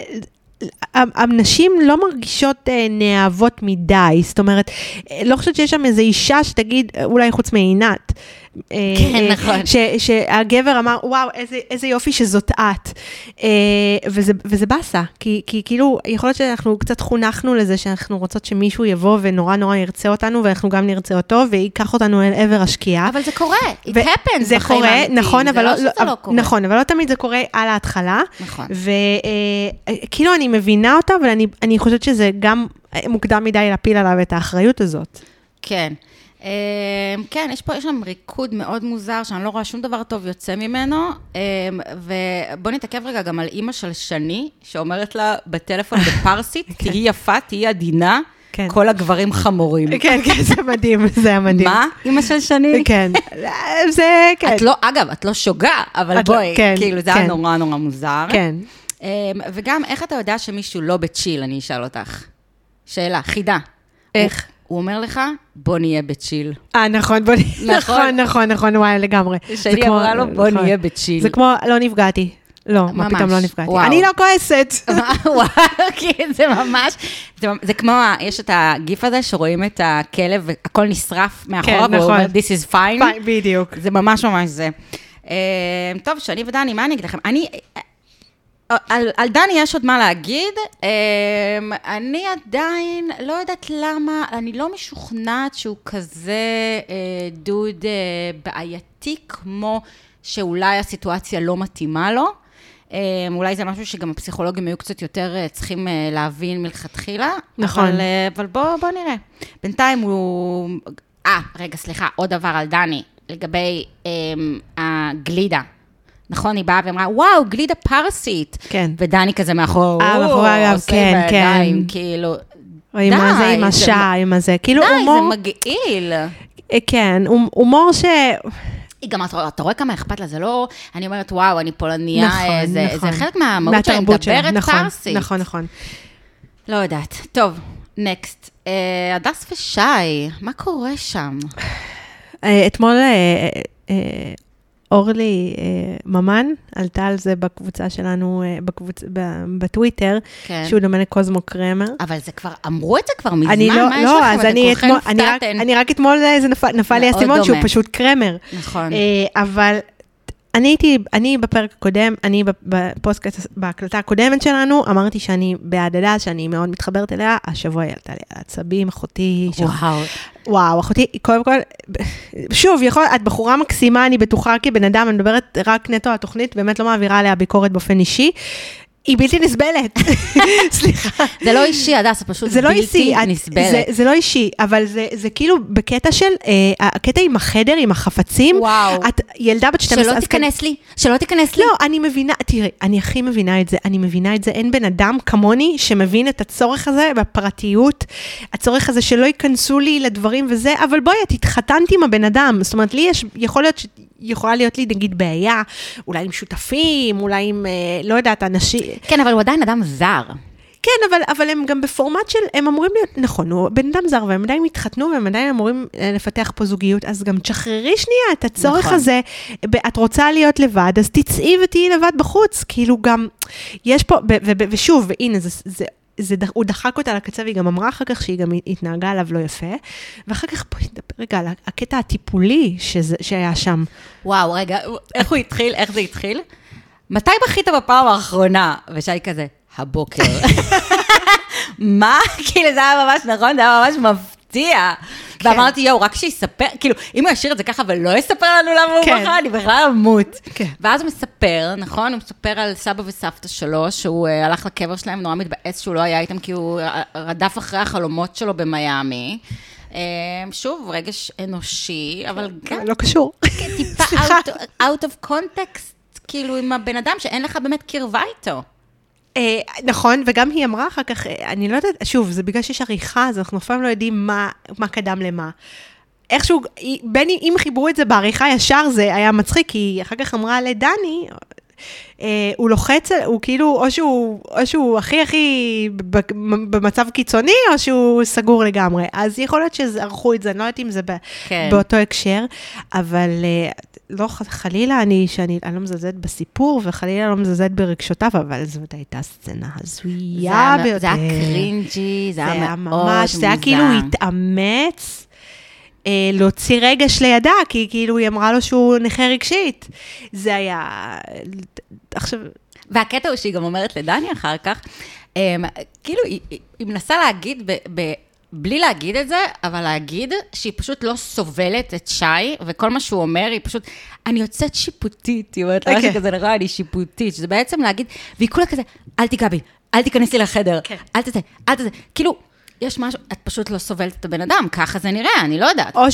הנשים לא מרגישות נאהבות מדי, זאת אומרת, לא חושבת שיש שם איזו אישה שתגיד, אולי חוץ מעינת, כן, נכון. שהגבר אמר, וואו, איזה יופי שזאת את. וזה בסה, כי כאילו, יכול להיות שאנחנו קצת חונכנו לזה, שאנחנו רוצות שמישהו יבוא ונורא נורא ירצה אותנו, ואנחנו גם נרצה אותו, ויקח אותנו אל עבר השקיעה. אבל זה קורה, it happens זה קורה, נכון, אבל נכון, אבל לא תמיד זה קורה על ההתחלה. נכון. וכאילו אני מבינה אותה, אבל אני חושבת שזה גם מוקדם מדי להפיל עליו את האחריות הזאת. כן. כן, יש שם ריקוד מאוד מוזר, שאני לא רואה שום דבר טוב יוצא ממנו, ובוא נתעכב רגע גם על אמא של שני, שאומרת לה בטלפון בפרסית, תהי יפה, תהי עדינה, כל הגברים חמורים. כן, כן, זה מדהים, זה היה מדהים. מה? אמא של שני? כן, זה, כן. אגב, את לא שוגה, אבל בואי, כאילו, זה היה נורא נורא מוזר. כן. וגם, איך אתה יודע שמישהו לא בצ'יל, אני אשאל אותך. שאלה, חידה. איך? הוא אומר לך, בוא נהיה בצ'יל. נכון, נכון, וואי, לגמרי. שלי אמרה לו, בוא נהיה בצ'יל. זה כמו, לא נפגעתי. לא, מה פתאום לא נפגעתי. אני לא כועסת. וואו, זה ממש, זה כמו, יש את הגיף הזה שרואים את הכלב, והכל נשרף מאחורה, והוא אומר, this is fine. בדיוק. זה ממש ממש זה. טוב, שני ודני, מה אני אגיד לכם? על דני יש עוד מה להגיד, אני עדיין לא יודעת למה, אני לא משוכנעת שהוא כזה דוד בעייתי, כמו שאולי הסיטואציה לא מתאימה לו, אולי זה משהו שגם הפסיכולוגים היו קצת יותר צריכים להבין מלכתחילה, נכון. אבל בוא נראה. בינתיים הוא, רגע, סליחה, עוד דבר על דני, לגבי הגלידה. נכון, היא באה ואמרה, וואו, גלידה פרסית. כן. ודני כזה מאחור, מאחורי אגב, כן, כן. כאילו, די. עם הזה, עם השעה, עם הזה. כאילו, די, הומור... זה מגעיל. כן, הומור ש... גם אתה רואה כמה אכפת לה, זה לא, אני אומרת, וואו, אני פולניה, זה חלק מהמהות שלה, מדברת פרסית. נכון. לא יודעת. טוב, נקסט. הדס ושי, מה קורה שם? אתמול... אורלי ממן, עלתה על זה בקבוצה שלנו, בטוויטר, שהוא דומה לקוזמו קרמר. אבל זה כבר, אמרו את זה כבר מזמן, מה יש לכם? אני רק אתמול זה נפל לי הסימון שהוא פשוט קרמר. נכון. אבל אני בפרק הקודם, אני בפוסטקאסט, בהקלטה הקודמת שלנו, אמרתי שאני בהדדה, שאני מאוד מתחברת אליה, השבוע היא עלתה לי עצבים, אחותי. וואו, אחותי, קודם כל, שוב, את בחורה מקסימה, אני בטוחה כבן אדם, אני מדברת רק נטו התוכנית, באמת לא מעבירה עליה ביקורת באופן אישי, היא בלתי נסבלת. סליחה. זה לא אישי, הדס, זה פשוט בלתי נסבלת. זה לא אישי, אבל זה כאילו בקטע של, הקטע עם החדר, עם החפצים. וואו. את ילדה בת 12. שלא תיכנס לי. לא, אני מבינה, תראי, אני הכי מבינה את זה, אין בן אדם כמוני שמבין את הצורך הזה בפרטיות, הצורך הזה שלא ייכנסו לי לדברים וזה, אבל בואי, את התחתנת עם הבן אדם, זאת אומרת, לי יכולה להיות לי, נגיד, בעיה, אולי עם שותפים, אולי עם, לא יודעת, אנשים. כן, אבל הוא עדיין אדם זר. כן, אבל הם גם בפורמט של, הם אמורים להיות, נכון, הוא בן אדם זר, והם עדיין מתחתנו, והם עדיין אמורים לפתח פה זוגיות, אז גם תשחררי שנייה את הצורך הזה, את רוצה להיות לבד, אז תצאי ותהיי לבד בחוץ, כאילו גם, יש פה, ושוב, והנה, הוא דחק אותה לקצה, והיא גם אמרה אחר כך שהיא גם התנהגה עליו לא יפה, ואחר כך בואי נדבר רגע על הקטע הטיפולי שהיה שם. וואו, רגע, איך הוא התחיל? איך זה התחיל? מתי בכית בפעם האחרונה? ושי כזה, הבוקר. מה? כאילו זה היה ממש נכון, זה היה ממש מפתיע. ואמרתי, יואו, רק שיספר, כאילו, אם הוא ישאיר את זה ככה ולא יספר לנו למה הוא בכה, אני בכלל אמות. ואז הוא מספר, נכון? הוא מספר על סבא וסבתא שלו, שהוא הלך לקבר שלהם, נורא מתבאס שהוא לא היה איתם, כי הוא רדף אחרי החלומות שלו במיימי. שוב, רגש אנושי, אבל גם... לא קשור. טיפה out of context, כאילו, עם הבן אדם שאין לך באמת קרבה איתו. נכון, וגם היא אמרה אחר כך, אני לא יודעת, שוב, זה בגלל שיש עריכה, אז אנחנו לפעמים לא יודעים מה קדם למה. איכשהו, בין אם חיברו את זה בעריכה ישר, זה היה מצחיק, כי אחר כך אמרה לדני, הוא לוחץ, הוא כאילו, או שהוא הכי במצב קיצוני, או שהוא סגור לגמרי. אז יכול להיות שערכו את זה, אני לא יודעת אם זה באותו הקשר, אבל לא חלילה, אני לא מזלזלת בסיפור, וחלילה לא מזלזלת ברגשותיו, אבל זאת הייתה סצנה הזויה ביותר. זה היה קרינג'י, זה היה מאוד מוזר. זה היה כאילו התאמץ, להוציא רגש לידה, כי כאילו היא אמרה לו שהוא נכה רגשית. זה היה... עכשיו... והקטע הוא שהיא גם אומרת לדני אחר כך, כאילו היא מנסה להגיד, בלי להגיד את זה, אבל להגיד שהיא פשוט לא סובלת את שי, וכל מה שהוא אומר, היא פשוט, אני יוצאת שיפוטית, היא אומרת לה שכזה נראה, אני שיפוטית, שזה בעצם להגיד, והיא כולה כזה, אל תיגע בי, אל תיכנסי לחדר, אל תזה, כאילו, יש משהו, את פשוט לא סובלת את הבן אדם, ככה זה נראה, אני לא יודעת. או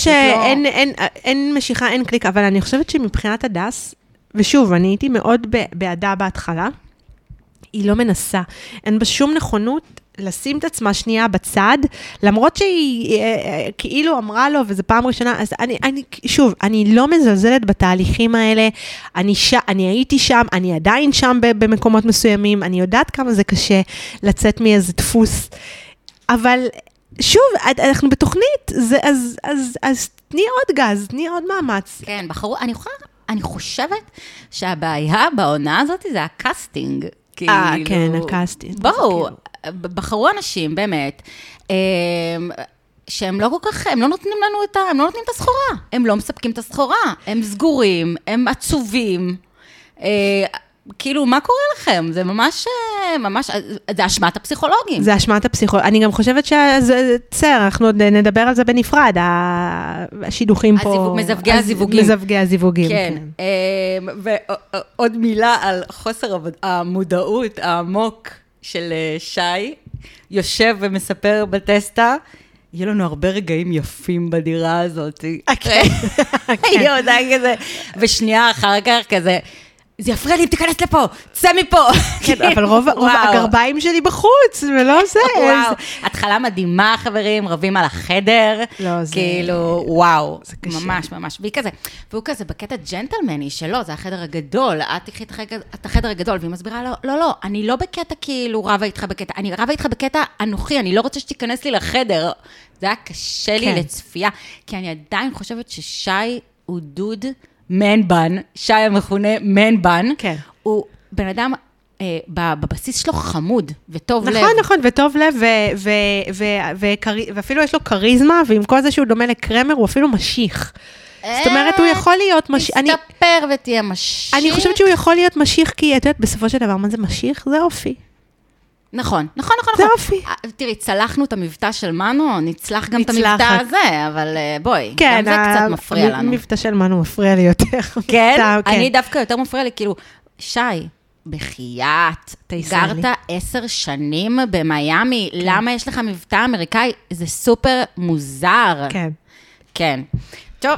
שאין משיכה, אין קליק, אבל אני חושבת שמבחינת הדס, ושוב, אני הייתי מאוד בעדה בהתחלה, היא לא מנסה, אין בה שום נכונות לשים את עצמה שנייה בצד, למרות שהיא כאילו אמרה לו, וזו פעם ראשונה, אז שוב, אני לא מזלזלת בתהליכים האלה, אני הייתי שם, אני עדיין שם במקומות מסוימים, אני יודעת כמה זה קשה לצאת מאיזה דפוס, אבל שוב, אנחנו בתוכנית, אז תני עוד גז, תני עוד מאמץ. כן, אני חושבת שהבעיה בעונה הזאת זה הקאסטינג. כן, הקאסטינג. בואו, בחרו אנשים, באמת, שהם לא כל כך, הם לא נותנים לנו הם לא נותנים את הסחורה, הם לא מספקים את הסחורה, הם סגורים, הם עצובים, כאילו, מה קורה לכם? זה ממש, זה אשמת הפסיכולוגים. זה אשמת הפסיכולוגים. אני גם חושבת שזה, אנחנו נדבר על זה בנפרד, השידוכים פה. מזווגי הזיווגים. מזווגי הזיווגים. כן. ועוד מילה על חוסר המודעות העמוק של שי, יושב ומספר בטסטה, יהיה לנו הרבה רגעים יפים בדירה הזאת. כן. היא יודעת כזה, ושנייה אחר כך כזה, זה יפריע לי אם תיכנס לפה, צא מפה. כן, אבל רוב הגרביים שלי בחוץ, ולא זה. וואו, התחלה מדהימה, חברים, רבים על החדר. לא, זה... כאילו, וואו, ממש, ממש. והוא כזה בקטע ג'נטלמני שלו, זה החדר הגדול, את תקחי את החדר הגדול, והיא מסבירה לו, לא, אני לא בקטע כאילו רבה איתך בקטע, אני רבה איתך בקטע אנוכי, אני לא רוצה שתיכנס לי לחדר. זה היה קשה לי לצפייה, כי אני עדיין חושבת ששי הוא דוד מנבן, שי המכונה מנבן, כן. הוא בן אדם בבסיס שלו חמוד וטוב לב. נכון, וטוב לב, ואפילו יש לו קריזמה, ועם כל זה שהוא דומה לקרמר, הוא אפילו משיך. זאת אומרת, הוא יכול להיות משיך. תסתפר ותהיה משיך. אני חושבת שהוא יכול להיות משיך, כי את יודעת, בסופו של דבר, מה זה משיך? זה אופי. נכון. זה אופי. תראי, צלחנו את המבטא של מנו, נצלח גם את המבטא הזה, אבל בואי, גם זה קצת מפריע לנו. המבטא של מנו מפריע לי יותר. כן? אני דווקא יותר מפריע לי, כאילו, שי, בחייאת, גרת 10 שנים במיימי, למה יש לך מבטא אמריקאי? זה סופר מוזר. כן. כן. טוב,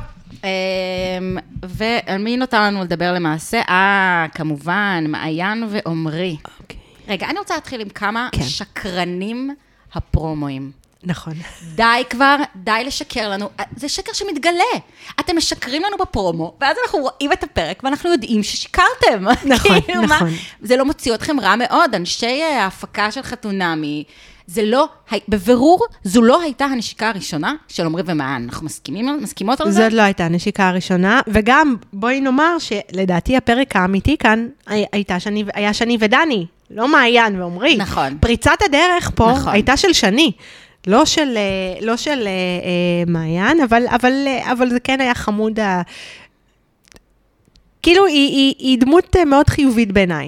ועל מי נותר לנו לדבר למעשה? כמובן, מעיין ועומרי. אוקיי. רגע, אני רוצה להתחיל עם כמה שקרנים הפרומואים. נכון. די כבר, די לשקר לנו. זה שקר שמתגלה. אתם משקרים לנו בפרומו, ואז אנחנו רואים את הפרק, ואנחנו יודעים ששיקרתם. נכון, נכון. זה לא מוציא אתכם רע מאוד. אנשי ההפקה של חתונמי, זה לא, בבירור, זו לא הייתה הנשיקה הראשונה של עומרי ומעיין. אנחנו מסכימות על זה? זאת לא הייתה הנשיקה הראשונה, וגם בואי נאמר שלדעתי הפרק האמיתי כאן היה שני ודני, לא מעיין ועומרי. נכון. פריצת הדרך פה הייתה של שני, לא של מעיין, אבל זה כן היה חמוד, כאילו היא דמות מאוד חיובית בעיניי.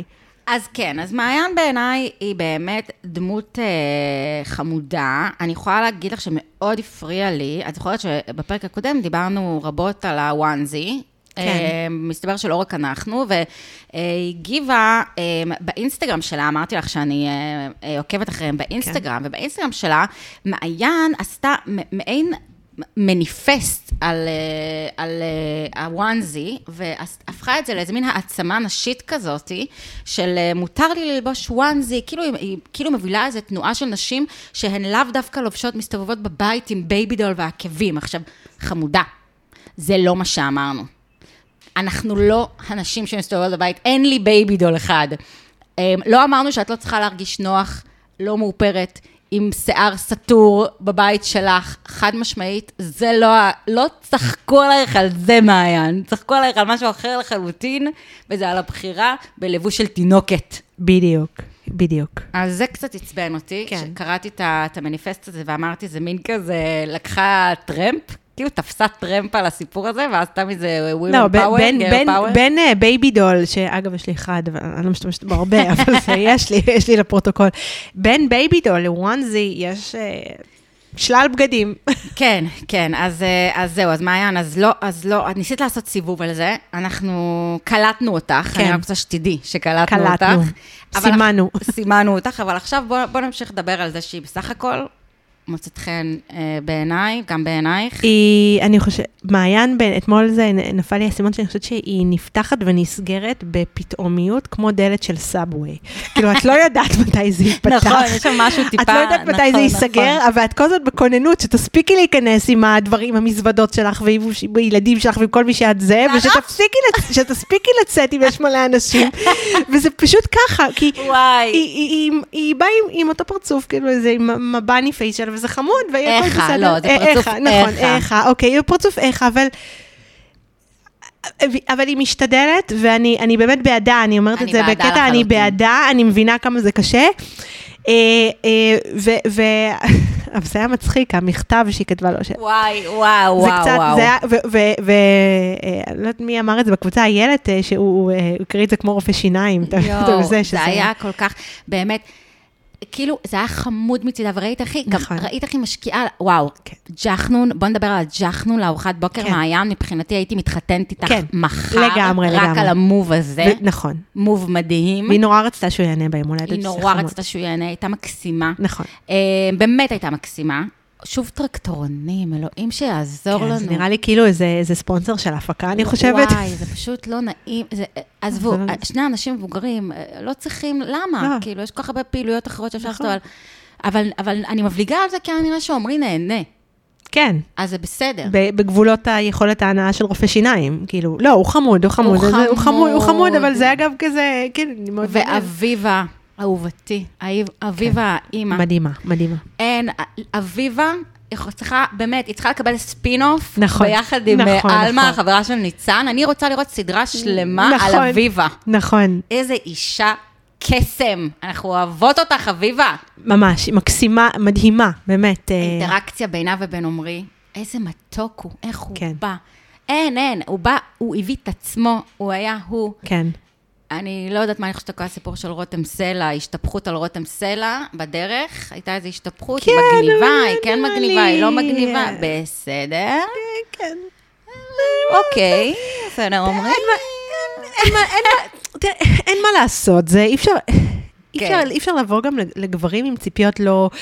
אז כן, אז מעיין בעיניי היא באמת דמות חמודה. אני יכולה להגיד לך שמאוד הפריע לי, את זוכרת שבפרק הקודם דיברנו רבות על הוואנזי, מסתבר שלא רק אנחנו, והיא הגיבה באינסטגרם שלה, אמרתי לך שאני עוקבת אחריהם באינסטגרם, ובאינסטגרם שלה מעיין עשתה מעין מניפסט על הוואנזי, והפכה את זה לאיזה מין העצמה נשית כזאת, של מותר לי ללבוש וואנזי, היא כאילו מובילה איזו תנועה של נשים, שהן לאו דווקא לובשות מסתובבות בבית עם בייבידול ועקבים. עכשיו, חמודה, זה לא מה שאמרנו. אנחנו לא הנשים שמסתובבות בבית, אין לי בייבידול אחד. לא אמרנו שאת לא צריכה להרגיש נוח, לא מאופרת, עם שיער סטור בבית שלך, חד משמעית, זה לא צחקו עליך על זה מעיין, צחקו עליך על משהו אחר לחלוטין, וזה על הבחירה בלבוש של תינוקת. בדיוק. אז זה קצת עצבן אותי, כן. כשקראתי את המניפסט הזה ואמרתי, זה מין כזה, לקחה טרמפ, כאילו תפסה טרמפ על הסיפור הזה, ואז תם איזה women power, girl power. בין בייבי דול, שאגב יש לי אחד, אני לא משתמשת בו הרבה, אבל יש לי לפרוטוקול. בין בייבי דול לוואנזי יש שלל בגדים. כן, אז זהו, אז מעיין, אז לא, את ניסית לעשות סיבוב על זה, אנחנו קלטנו אותך, אני רק רוצה שתדעי שקלטנו אותך. סימנו אותך, אבל עכשיו בוא נמשיך לדבר על זה שהיא בסך הכל, מוצאת חן בעיניי, גם בעינייך. אני חושבת, מעיין, אתמול זה נפל לי הסימון שאני חושבת שהיא נפתחת ונסגרת בפתאומיות, כמו דלת של סאבווי. כאילו, את לא יודעת מתי זה ייפתח. נכון, יש שם משהו טיפה. את לא יודעת מתי זה ייסגר, אבל את כל זאת בכוננות, שתספיקי להיכנס עם הדברים, המזוודות שלך, ועם הילדים שלך, ועם כל מי שאת זה, ושתספיקי לצאת אם יש מלא אנשים. וזה פשוט ככה, כי היא באה עם אותו פרצוף, כאילו, איזה מבני פייס שלה, וזה חמוד, והיא הכל בסדר. לא, זה פרצוף נכון, איכה, אוקיי, פרצוף איכה, אבל היא משתדלת, ואני באמת בעדה, אני אומרת את זה בקטע, אני בעדה, אני מבינה כמה זה קשה, אבל זה היה מצחיק, המכתב שהיא כתבה לו. וואו. זה קצת, ואני לא יודעת מי אמר את זה בקבוצה, הילד, שהוא קריא את זה כמו רופא שיניים. זה היה כל כך, באמת, כאילו, זה היה חמוד מצידה, וראית אחי, גם ראית אחי משקיעה, וואו, ג'חנון, בוא נדבר על ג'חנון לארוחת בוקר מעיין, מבחינתי הייתי מתחתנת איתך מחר, רק על המוב הזה. נכון. מוב מדהים. והיא נורא רצתה שהוא יענה ביום הולדת. היא נורא רצתה שהוא יענה, הייתה מקסימה. נכון. באמת הייתה מקסימה. שוב טרקטורונים, אלוהים שיעזור לנו. זה נראה לי כאילו איזה ספונסר של ההפקה, אני חושבת. וואי, זה פשוט לא נעים. עזבו, שני אנשים מבוגרים לא צריכים, למה? כאילו, יש כל כך הרבה פעילויות אחרות שאפשר לעשות, אבל אני מבליגה על זה, כי אני נראה שאומרי נהנה. כן. אז זה בסדר. בגבולות היכולת ההנאה של רופא שיניים, כאילו, לא, הוא חמוד, אבל זה אגב כזה, כן, אני מאוד... ואביבה, אהובתי, אביבה האימא. מדהימה. אין, אביבה, היא צריכה לקבל ספין-אוף, ביחד עם אלמה, החברה של ניצן. אני רוצה לראות סדרה שלמה על אביבה. נכון. איזה אישה קסם. אנחנו אוהבות אותך, אביבה. ממש, מקסימה, מדהימה, באמת. האינטראקציה בינה ובין עומרי, איזה מתוק הוא, איך הוא בא. אין, הוא בא, הוא הביא את עצמו, הוא היה הוא. כן. אני לא יודעת מה אני חושבת על הסיפור של רותם סלע, השתפכות על רותם סלע בדרך, הייתה איזו השתפכות, היא מגניבה, היא כן מגניבה, היא לא מגניבה, בסדר. כן. אוקיי, בסדר, אומרים. אין מה לעשות, זה אי אפשר לבוא גם לגברים עם ציפיות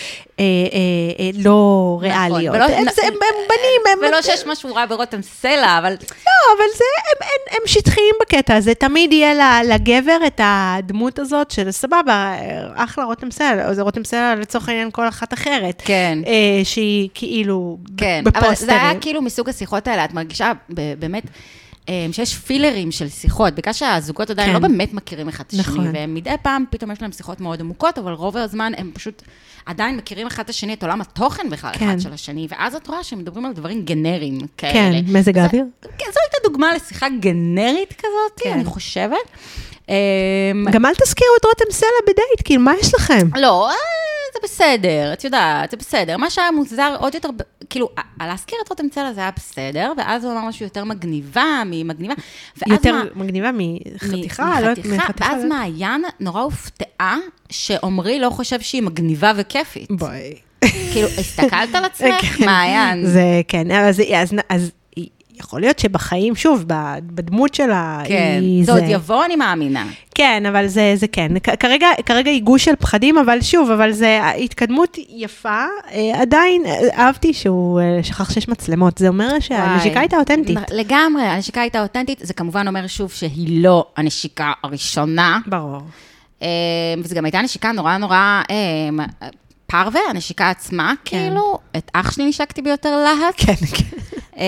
לא ריאליות. הם בנים. ולא שיש משהו רע ברותם סלע, אבל... לא, אבל הם שטחיים בקטע הזה. תמיד יהיה לגבר את הדמות הזאת של סבבה, אחלה רותם סלע, או זה רותם סלע לצורך העניין כל אחת אחרת. כן. שהיא כאילו בפוסטרים. כן, אבל זה היה כאילו מסוג השיחות האלה, את מרגישה באמת... שיש פילרים של שיחות, בגלל שהזוגות עדיין לא באמת מכירים אחד את השני, ומדי פעם פתאום יש להם שיחות מאוד עמוקות, אבל רוב הזמן הם פשוט עדיין מכירים אחד את השני, את עולם התוכן בכלל אחד של השני, ואז את רואה שהם מדברים על דברים גנריים כאלה. כן, מזג האוויר. כן, זו הייתה דוגמה לשיחה גנרית כזאת, אני חושבת. גם אל תזכירו את רותם סלע בדייט, כאילו, מה יש לכם? לא, זה בסדר, את יודעת, זה בסדר. מה שהיה מוזר עוד יותר, כאילו, להזכיר את רותם צלה זה היה בסדר, ואז הוא אמר משהו יותר מגניבה, יותר מגניבה מחתיכה, לא יודעת, מחתיכה. ואז מעיין נורא הופתעה, שעומרי לא חושב שהיא מגניבה וכיפית. בואי. כאילו, הסתכלת על עצמך, מעיין. זה, כן, אז יכול להיות שבחיים, שוב, בדמות שלה, כן, זה עוד יבוא, אני מאמינה. כן, אבל זה כן. כרגע היגוש של פחדים, אבל שוב, אבל זה התקדמות יפה. עדיין אהבתי שהוא שכח 6 מצלמות. זה אומר שהנשיקה הייתה אותנטית. לגמרי, הנשיקה הייתה אותנטית. זה כמובן אומר שוב שהיא לא הנשיקה הראשונה. ברור. וזה גם הייתה נשיקה נורא נורא פרווה, הנשיקה עצמה, כאילו, את אח שלי נשקתי ביותר להט. כן, כן.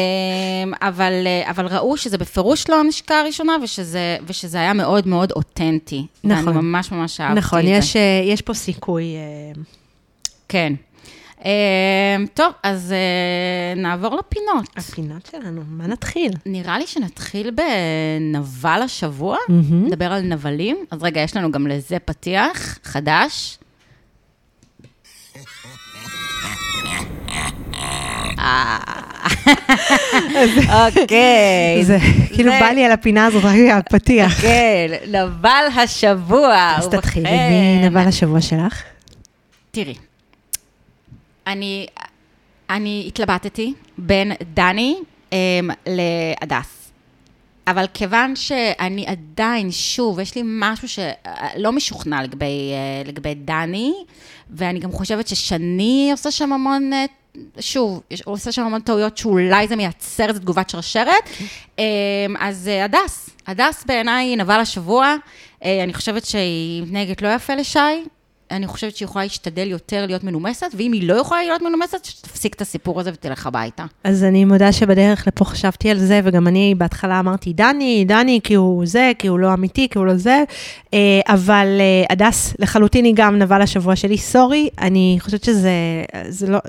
אבל ראו שזה בפירוש לא הנשיקה הראשונה, ושזה היה מאוד מאוד אותנטי. נכון. ואני ממש ממש אהבתי את זה. נכון, יש פה סיכוי. כן. טוב, אז נעבור לפינות. הפינות שלנו, מה נתחיל? נראה לי שנתחיל בנבל השבוע, נדבר על נבלים. אז רגע, יש לנו גם לזה פתיח חדש. אוקיי. זה כאילו בא לי על הפינה הזאת, רק הפתיח. כן, נבל השבוע. אז תתחילי, מי נבל השבוע שלך? תראי, אני התלבטתי בין דני להדס. אבל כיוון שאני עדיין, שוב, יש לי משהו שלא משוכנע לגבי דני, ואני גם חושבת ששני עושה שם המון, שוב, הוא עושה שם המון טעויות שאולי זה מייצר איזו תגובת שרשרת. אז הדס בעיניי נבל השבוע, אני חושבת שהיא מתנהגת לא יפה לשי, אני חושבת שהיא יכולה להשתדל יותר להיות מנומסת, ואם היא לא יכולה להיות מנומסת, שתפסיק את הסיפור הזה ותלך הביתה. אז אני מודה שבדרך לפה חשבתי על זה, וגם אני בהתחלה אמרתי, דני, כי הוא זה, כי הוא לא אמיתי, כי הוא לא זה, אבל הדס, לחלוטין היא גם נבל השבוע שלי, סורי, אני חושבת שזה לא,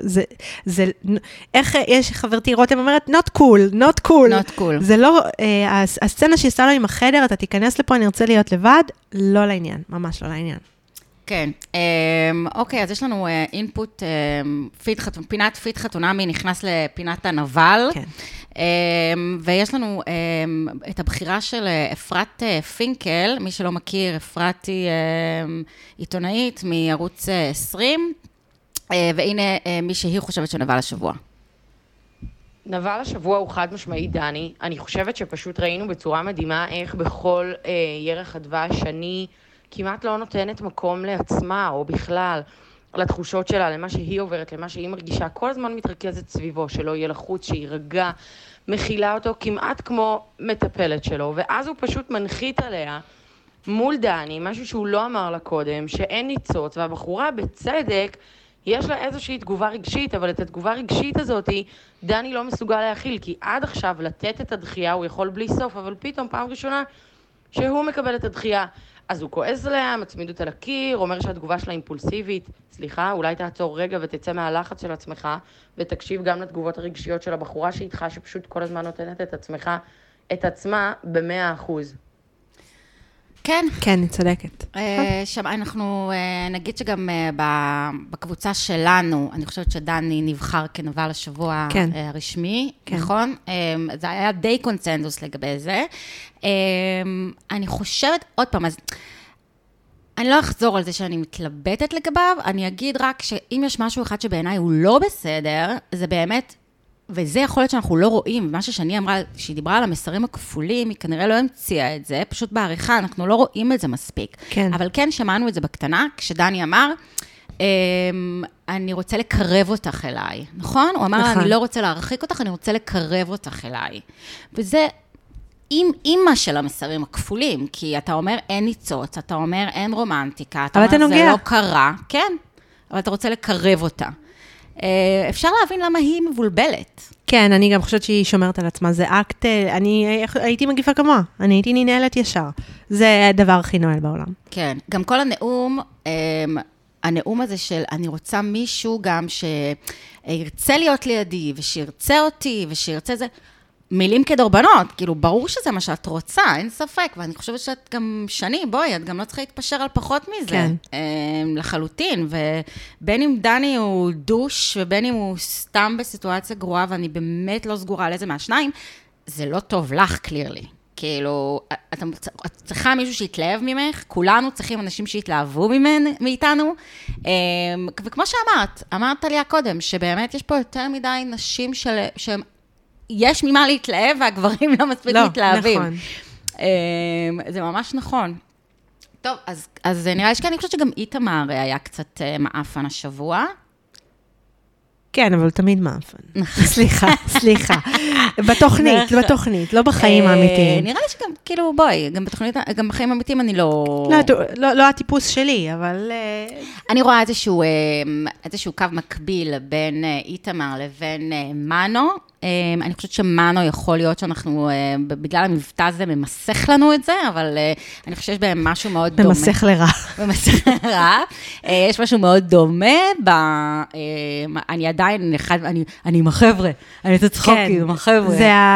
איך יש חברתי רותם אומרת, not cool. זה לא, הסצנה שעשתה לו עם החדר, אתה תיכנס לפה, אני רוצה להיות לבד, לא לעניין, ממש לא לעניין. כן, אוקיי, אז יש לנו אינפוט, פינת פיד חתונמי נכנס לפינת הנבל, ויש לנו את הבחירה של אפרת פינקל, מי שלא מכיר, אפרת היא עיתונאית מערוץ 20, והנה מי שהיא חושבת שנבל השבוע. נבל השבוע הוא חד משמעי דני, אני חושבת שפשוט ראינו בצורה מדהימה איך בכל ירח הדבש שני, כמעט לא נותנת מקום לעצמה, או בכלל, לתחושות שלה, למה שהיא עוברת, למה שהיא מרגישה, כל הזמן מתרכזת סביבו, שלא יהיה לחוץ, שירגע, מכילה אותו כמעט כמו מטפלת שלו, ואז הוא פשוט מנחית עליה מול דני, משהו שהוא לא אמר לה קודם, שאין ניצוץ, והבחורה בצדק, יש לה איזושהי תגובה רגשית, אבל את התגובה הרגשית הזאת, דני לא מסוגל להכיל, כי עד עכשיו לתת את הדחייה הוא יכול בלי סוף, אבל פתאום פעם ראשונה שהוא מקבל את הדחייה, אז הוא כועס עליה, מצמיד אותה לקיר, אומר שהתגובה שלה אימפולסיבית. סליחה, אולי תעצור רגע ותצא מהלחץ של עצמך, ותקשיב גם לתגובות הרגשיות של הבחורה שאיתך, שפשוט כל הזמן נותנת את עצמה ב100%. כן. כן, אני צודקת. שם אנחנו נגיד שגם בקבוצה שלנו, אני חושבת שדני נבחר כנבל השבוע הרשמי, נכון? זה היה די קונצנזוס לגבי זה. אני חושבת, עוד פעם, אז אני לא אחזור על זה שאני מתלבטת לגביו, אני אגיד רק שאם יש משהו אחד שבעיניי הוא לא בסדר, זה באמת, וזה יכול להיות שאנחנו לא רואים, מה ששני אמרה, שהיא דיברה על המסרים הכפולים, היא כנראה לא המציאה את זה, פשוט בעריכה, אנחנו לא רואים את זה מספיק. כן. אבל כן שמענו את זה בקטנה, כשדני אמר, אני רוצה לקרב אותך אליי, נכון? הוא אמר, אני לא רוצה להרחיק אותך, אני רוצה לקרב אותך אליי. וזה אימא של המסרים הכפולים, כי אתה אומר אין ניצוץ, אתה אומר אין רומנטיקה, אתה אומר זה לא קרה, כן, אבל אתה רוצה לקרב אותה. אפשר להבין למה היא מבולבלת. כן, אני גם חושבת שהיא שומרת על עצמה, זה אקט, אני הייתי מגיפה כמוה, אני הייתי ננהלת ישר, זה הדבר הכי נועל בעולם. כן, גם כל הנאום הזה של אני רוצה מישהו גם שירצה להיות לידי, ושירצה אותי, ושירצה זה, מילים כדורבנות, כאילו, ברור שזה מה שאת רוצה, אין ספק, ואני חושבת שאת גם שני, בואי, את גם לא צריכה להתפשר על פחות מזה. כן. לחלוטין, ובין אם דני הוא דוש, ובין אם הוא סתם בסיטואציה גרועה, ואני באמת לא סגורה על איזה מהשניים, זה לא טוב לך, קלירלי. כאילו, את צריכה מישהו שיתלהב ממך, כולנו צריכים אנשים שיתלהבו מאיתנו, וכמו שאמרת, אמרת עליה קודם, שבאמת יש פה יותר מדי נשים שהם, יש ממה להתלהב, והגברים לא מספיק מתלהבים. נכון. זה ממש נכון. טוב, אז נראה לי שכן, אני חושבת שגם איתמר היה קצת מאפן השבוע. כן, אבל תמיד מאפן. סליחה. בתוכנית, לא בחיים האמיתיים. נראה לי שגם, כאילו, בואי, גם בחיים האמיתיים אני לא... לא הטיפוס שלי, אבל... אני רואה איזשהו קו מקביל בין איתמר לבין מנו. אני חושבת שמנו יכול להיות שאנחנו, בגלל המבטא הזה, ממסך לנו את זה, אבל אני חושבת שיש בהם משהו מאוד דומה. ממסך לרע. ממסך לרע. יש משהו מאוד דומה, אני עדיין, אני עם החבר'ה, אני את הצחוקים עם החבר'ה.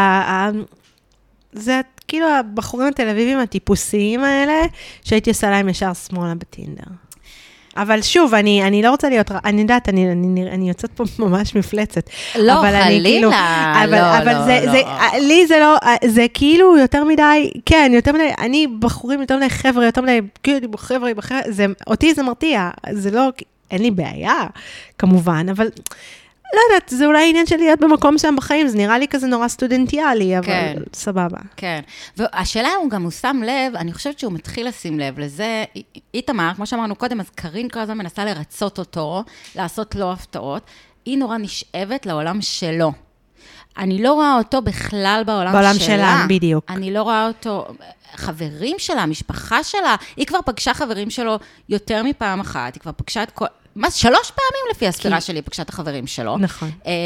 זה כאילו הבחורים התל אביבים הטיפוסיים האלה, שהייתי עושה להם ישר שמאלה בטינדר. אבל שוב, אני לא רוצה להיות, אני יודעת, אני יוצאת פה ממש מפלצת. לא, חלילה, אבל לי זה לא, זה כאילו יותר מדי, כן, יותר מדי, אני בחורים יותר מדי חבר'ה, יותר מדי, כאילו חבר'ה, אותי זה מרתיע, זה לא, אין לי בעיה, כמובן, אבל... לא יודעת, זה אולי עניין של להיות במקום שם בחיים, זה נראה לי כזה נורא סטודנטיאלי, אבל כן. סבבה. כן, והשאלה הוא גם, הוא שם לב, אני חושבת שהוא מתחיל לשים לב לזה, איתמר, כמו שאמרנו קודם, אז קרין כל הזמן מנסה לרצות אותו, לעשות לו הפתעות, היא נורא נשאבת לעולם שלו. אני לא רואה אותו בכלל בעולם שלה. בדיוק. אני לא רואה אותו, חברים שלה, משפחה שלה, היא כבר פגשה חברים שלו יותר מפעם אחת, היא כבר פגשה את כל... 3 פעמים לפי הספירה שלי, פגשה את החברים שלו. נכון.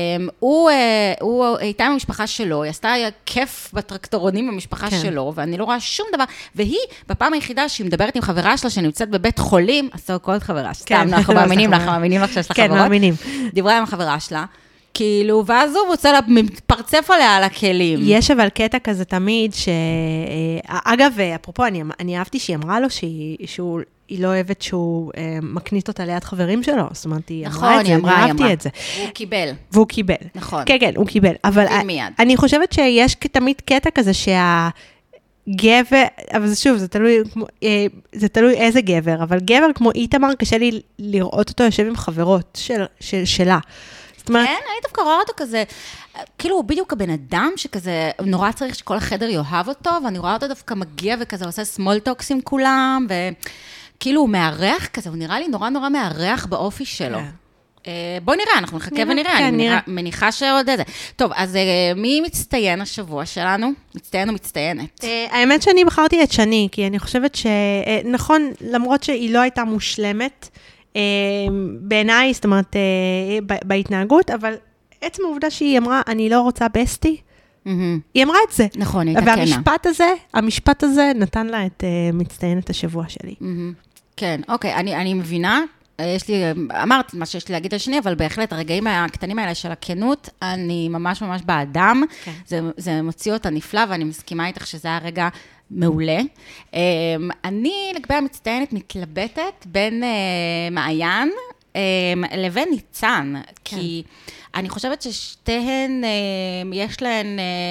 הוא הייתה עם המשפחה שלו, היא עשתה כיף בטרקטורונים במשפחה שלו, ואני לא רואה שום דבר, והיא, בפעם היחידה שהיא מדברת עם חברה שלה, שנמצאת בבית חולים, עשו כל חברה, סתם, אנחנו מאמינים לך שיש לך חברות. כן, מאמינים. דיברה עם החברה שלה, כאילו, ואז הוא רוצה לפרצף עליה על הכלים. יש אבל קטע כזה תמיד, אגב, אפרופו, אני אהבתי שהיא אמרה לו היא לא אוהבת שהוא מקנית אותה ליד חברים שלו, זאת אומרת, היא אמרה את זה, אני אהבתי את זה. והוא קיבל. נכון. כן, הוא קיבל. אבל אני חושבת שיש תמיד קטע כזה גבר, אבל שוב, זה תלוי איזה גבר, אבל גבר כמו איתמר, קשה לי לראות אותו יושב עם חברות שלה. כן, אני דווקא רואה אותו כזה, כאילו הוא בדיוק הבן אדם שכזה, נורא צריך שכל החדר יאהב אותו, ואני רואה אותו דווקא מגיע וכזה עושה small talks עם כולם, וכאילו הוא מארח כזה, הוא נראה לי נורא נורא מארח באופי שלו. בוא נראה, אנחנו נחכה ונראה, אני מניחה שעוד איזה. טוב, אז מי מצטיין השבוע שלנו? מצטיין או מצטיינת? האמת שאני בחרתי את שני, כי אני חושבת שנכון, למרות שהיא לא הייתה מושלמת, בעיניי, זאת אומרת, בהתנהגות, אבל עצם העובדה שהיא אמרה, אני לא רוצה בסטי, היא אמרה את זה. נכון, הייתה כנה. והמשפט הזה נתן לה את מצטיינת השבוע שלי. כן, אוקיי, אני מבינה, אמרתי מה שיש לי להגיד על שני, אבל בהחלט הרגעים הקטנים האלה של הכנות, אני ממש ממש באדם, זה מוציא אותה נפלא, ואני מסכימה איתך שזה הרגע מעולה. אני לגבי המצטיינת מתלבטת בין מעיין לבין ניצן, כי אני חושבת ששתיהן, יש להן,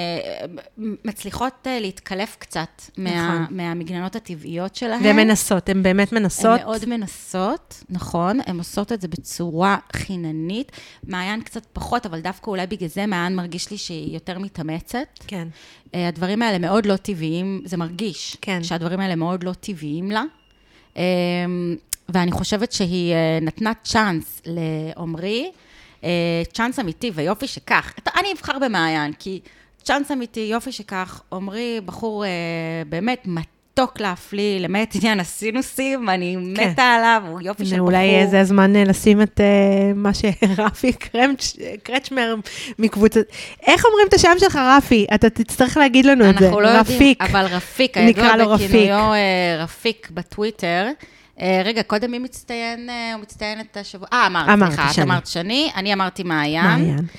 מצליחות להתקלף קצת מהמגננות הטבעיות שלהן. והן מנסות, הן באמת מנסות. הן מאוד מנסות, נכון, הן עושות את זה בצורה חיננית. מעיין קצת פחות, אבל דווקא אולי בגלל זה מעיין מרגיש לי שהיא יותר מתאמצת. כן. הדברים האלה מאוד לא טבעיים, זה מרגיש שהדברים האלה מאוד לא טבעיים לה. ואני חושבת שהיא נתנה צ'אנס לעומרי, צ'אנס אמיתי ויופי שכך. אני אבחר במעיין, כי צ'אנס אמיתי, יופי שכך, עומרי בחור באמת מתוק להפליא, למעט עניין הסינוסים, אני מתה עליו, הוא יופי של בחור. אולי זה הזמן לשים את מה שרפי קרצ'מר מקבוצת. איך אומרים את השם שלך, רפי? אתה תצטרך להגיד לנו את זה. אנחנו לא יודעים, אבל רפיק, הידוע בכינויו רפיק בטוויטר, רגע, קודם מי מצטיין, הוא מצטיין את השבוע? אמרת, סליחה, את אמרת שני, אני אמרתי מעיין. מעיין, כן.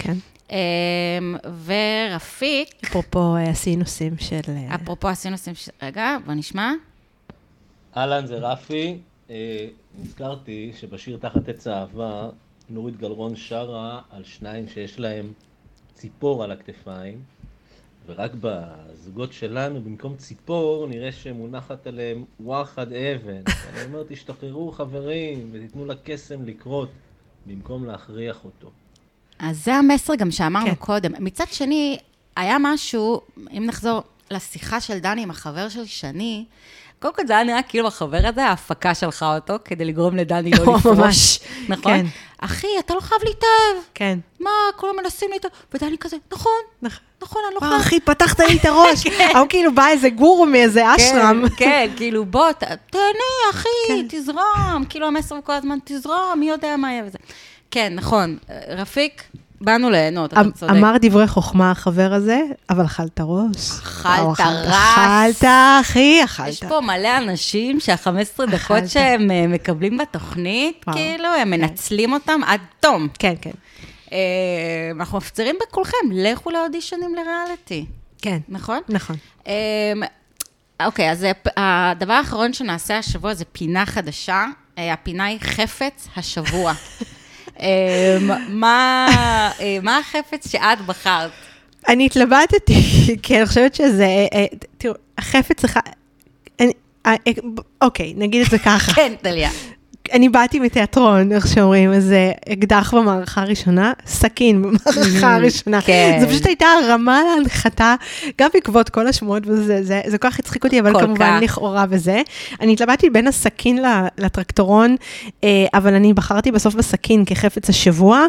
ורפיק, אפרופו הסינוסים של... אפרופו הסינוסים של... רגע, בוא נשמע. אהלן, זה רפי. נזכרתי שבשיר תחת עץ האהבה, נורית גלרון שרה על שניים שיש להם ציפור על הכתפיים, ורק בזוגות שלנו, במקום ציפור, נראה שמונחת עליהם וואחד אבן. אני אומר, תשתחררו חברים, ותיתנו לה קסם לקרות, במקום להכריח אותו. אז זה המסר גם שאמרנו קודם. מצד שני, היה משהו, אם נחזור לשיחה של דני עם החבר של שני, קודם כל זה היה נראה כאילו החבר הזה, ההפקה שלך אותו, כדי לגרום לדני לא לפרוש. נכון? אחי, אתה לא חייב להתאהב. כן. מה, כולם מנסים להתאהב. ודני כזה, נכון, נכון, אני לא חייב. אחי, פתחת לי את הראש. הוא כאילו בא איזה גורו מאיזה אשרם. כן, כאילו בוא, תהנה, אחי, תזרום. כאילו המסר כל הזמן, תזרום, מי יודע מה יהיה וזה. כן, נכון. רפיק, באנו ליהנות, אתה צודק. אמר דברי חוכמה החבר הזה, אבל אכלת ראש. אכלת רס. אכלת, אחי, אכלת. יש פה מלא אנשים שה-15 דקות שהם מקבלים בתוכנית, כאילו, הם מנצלים אותם עד תום. כן, כן. אנחנו מפצירים בכולכם, לכו לאודישנים לריאליטי. כן. נכון? נכון. אוקיי, אז הדבר האחרון שנעשה השבוע זה פינה חדשה. הפינה היא חפץ השבוע. מה החפץ שאת בחרת? אני התלבטתי, כי אני חושבת שזה, תראו, החפץ שלך, אוקיי, נגיד את זה ככה. כן, דליה. אני באתי מתיאטרון, איך שאומרים, איזה אקדח במערכה הראשונה, סכין במערכה הראשונה. זה פשוט הייתה הרמה להנחתה, גם בעקבות כל השמועות וזה, זה כל כך הצחיק אותי, אבל כמובן לכאורה וזה. אני התלבטתי בין הסכין לטרקטורון, אבל אני בחרתי בסוף בסכין כחפץ השבוע.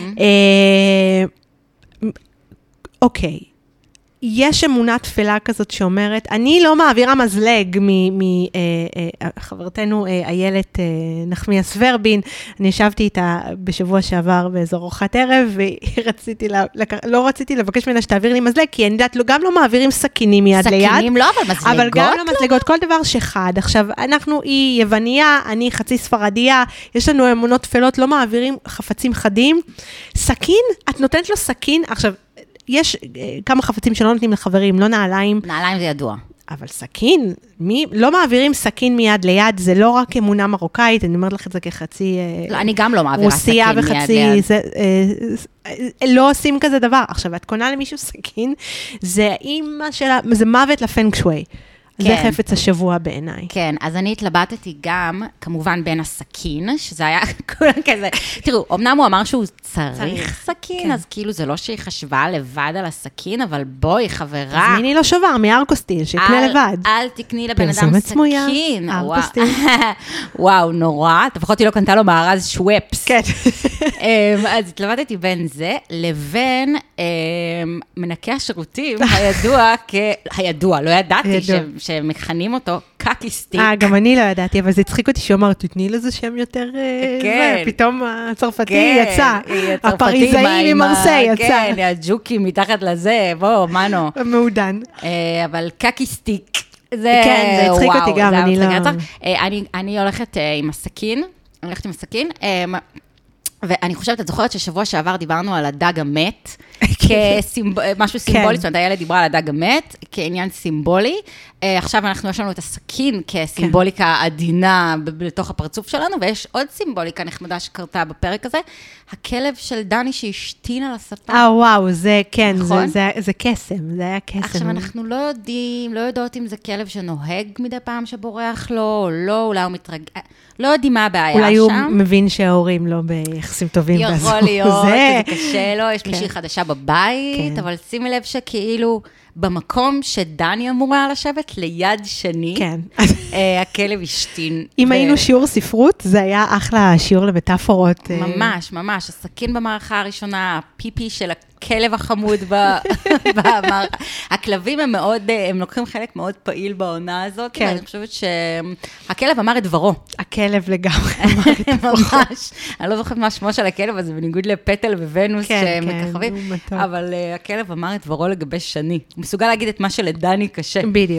אוקיי. יש אמונה תפלה כזאת שאומרת, אני לא מעבירה מזלג מחברתנו איילת נחמיאס ורבין, אני ישבתי איתה בשבוע שעבר באזור ארוחת ערב, ולא רציתי לבקש ממנה שתעביר לי מזלג, כי אני יודעת, גם לא מעבירים סכינים מיד ליד. סכינים לא, אבל מזלגות. אבל גם לא מזלגות, כל דבר שחד. עכשיו, היא יווניה, אני חצי ספרדיה, יש לנו אמונות תפלות, לא מעבירים חפצים חדים. סכין, את נותנת לו סכין, עכשיו, יש כמה חפצים שלא נותנים לחברים, לא נעליים. נעליים זה ידוע. אבל סכין, לא מעבירים סכין מיד ליד, זה לא רק אמונה מרוקאית, אני אומרת לך את זה כחצי... לא, אני גם לא מעבירה סכין מיד ליד. לא עושים כזה דבר. עכשיו, את קונה למישהו סכין, זה מוות לפנג שווי. זה חפץ השבוע בעיניי. כן, אז אני התלבטתי גם, כמובן, בין הסכין, שזה היה כולם כזה, תראו, אמנם הוא אמר שהוא צריך סכין, אז כאילו זה לא שהיא חשבה לבד על הסכין, אבל בואי, חברה. תזמיני לו שובר מארקוסטיל, שיקנה לבד. אל תקני לבן אדם סכין. ארקוסטיל. וואו, נורא. לפחות היא לא קנתה לו מארז שוואפס. כן. אז התלבטתי בין זה, לבין מנקה השירותים, הידוע, לא ידעתי שמכנים אותו קקיסטיק. גם אני לא ידעתי, אבל זה הצחיק אותי שאומר, תתני לזה שם יותר... פתאום הצרפתי יצא. הפריזאי ממרסיי יצא. כן, הג'וקי מתחת לזה, בוא, מנו. מעודן. אבל קקיסטיק. כן, זה הצחיק אותי גם, אני לא... אני הולכת עם הסכין, ואני חושבת, את זוכרת ששבוע שעבר דיברנו על הדג המת, כמשהו סימבולי, זאת אומרת, הילד דיברה על הדג המת, כעניין סימבולי. עכשיו יש לנו את הסכין כסימבוליקה עדינה בתוך הפרצוף שלנו, ויש עוד סימבוליקה נחמדה שקרתה בפרק הזה, הכלב של דני שהשתין על הספה. וואו, זה כן, זה קסם, זה היה קסם. עכשיו, אנחנו לא יודעות אם זה כלב שנוהג מדי פעם שבורח לו, או לא, אולי הוא מתרגע, לא יודעים מה הבעיה שם. אולי הוא מבין שההורים לא ביחסים טובים. יכול להיות, זה קשה לו, יש מישהי חדשה בבית, אבל שימי לב שכאילו במקום שדני אמורה לשבת ליד שני, הכלב השתין. אם היינו שיעור ספרות, זה היה אחלה שיעור למטאפורות. ממש, ממש. הסכין במערכה הראשונה, הפיפי של הכלב החמוד במערכה. הכלבים הם לוקחים חלק מאוד פעיל בעונה הזאת, ואני חושבת שהכלב אמר את דברו. הכלב לגמרי אמר את דברו. ממש. אני לא זוכרת מה שמו של הכלב הזה, בניגוד לפטל וונוס שמככבים, אבל הכלב אמר את דברו לגבי שני. הוא מסוגל להגיד את מה שלדני קשה. בדיוק.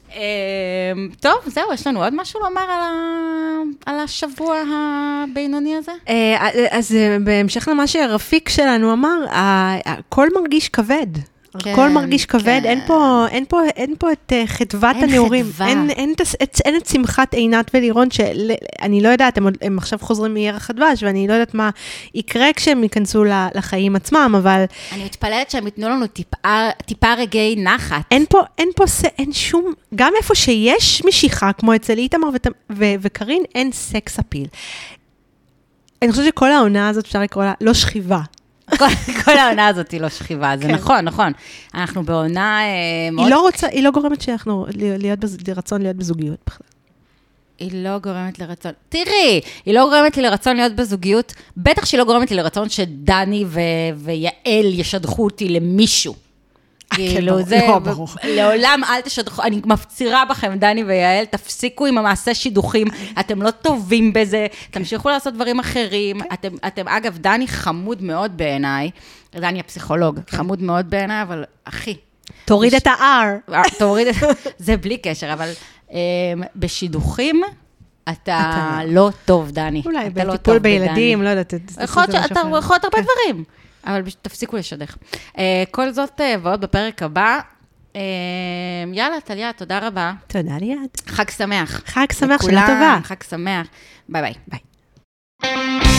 טוב, זהו, יש לנו עוד משהו לומר על השבוע הבינוני הזה? אז בהמשך למה שהרפיק שלנו אמר, הכל מרגיש כבד. הכל מרגיש כבד, אין פה את חדוות הנעורים. אין את שמחת עינת ולירון, שאני לא יודעת, הם עכשיו חוזרים מירח הדבש, ואני לא יודעת מה יקרה כשהם ייכנסו לחיים עצמם, אבל... אני מתפללת שהם ייתנו לנו טיפה רגעי נחת. אין שום... גם איפה שיש משיכה, כמו אצל איתמר וקרין, אין סקס אפיל. אני חושבת שכל העונה הזאת אפשר לקרוא לה לא שכיבה. כל העונה הזאת היא לא שכיבה, זה נכון, נכון. אנחנו בעונה מאוד... היא לא גורמת שאנחנו לרצון להיות בזוגיות בכלל. היא לא גורמת לרצון. תראי, היא לא גורמת לי לרצון להיות בזוגיות, בטח שהיא לא גורמת לי לרצון שדני ויעל ישדחו אותי למישהו. כאילו זה, לעולם אל תשדחו, אני מפצירה בכם, דני ויעל, תפסיקו עם המעשה שידוכים, אתם לא טובים בזה, תמשיכו לעשות דברים אחרים, אתם, אגב, דני חמוד מאוד בעיניי, דני הפסיכולוג, חמוד מאוד בעיניי, אבל אחי. תוריד את ה-R. תוריד, זה בלי קשר, אבל בשידוכים, אתה לא טוב, דני. אולי בטיפול בילדים, לא יודעת. יכול להיות הרבה דברים. אבל תפסיקו לשדך. כל זאת ועוד בפרק הבא. יאללה, טליה, תודה רבה. תודה ליד. חג שמח. חג שמח, שנה טובה. חג שמח. ביי ביי. ביי.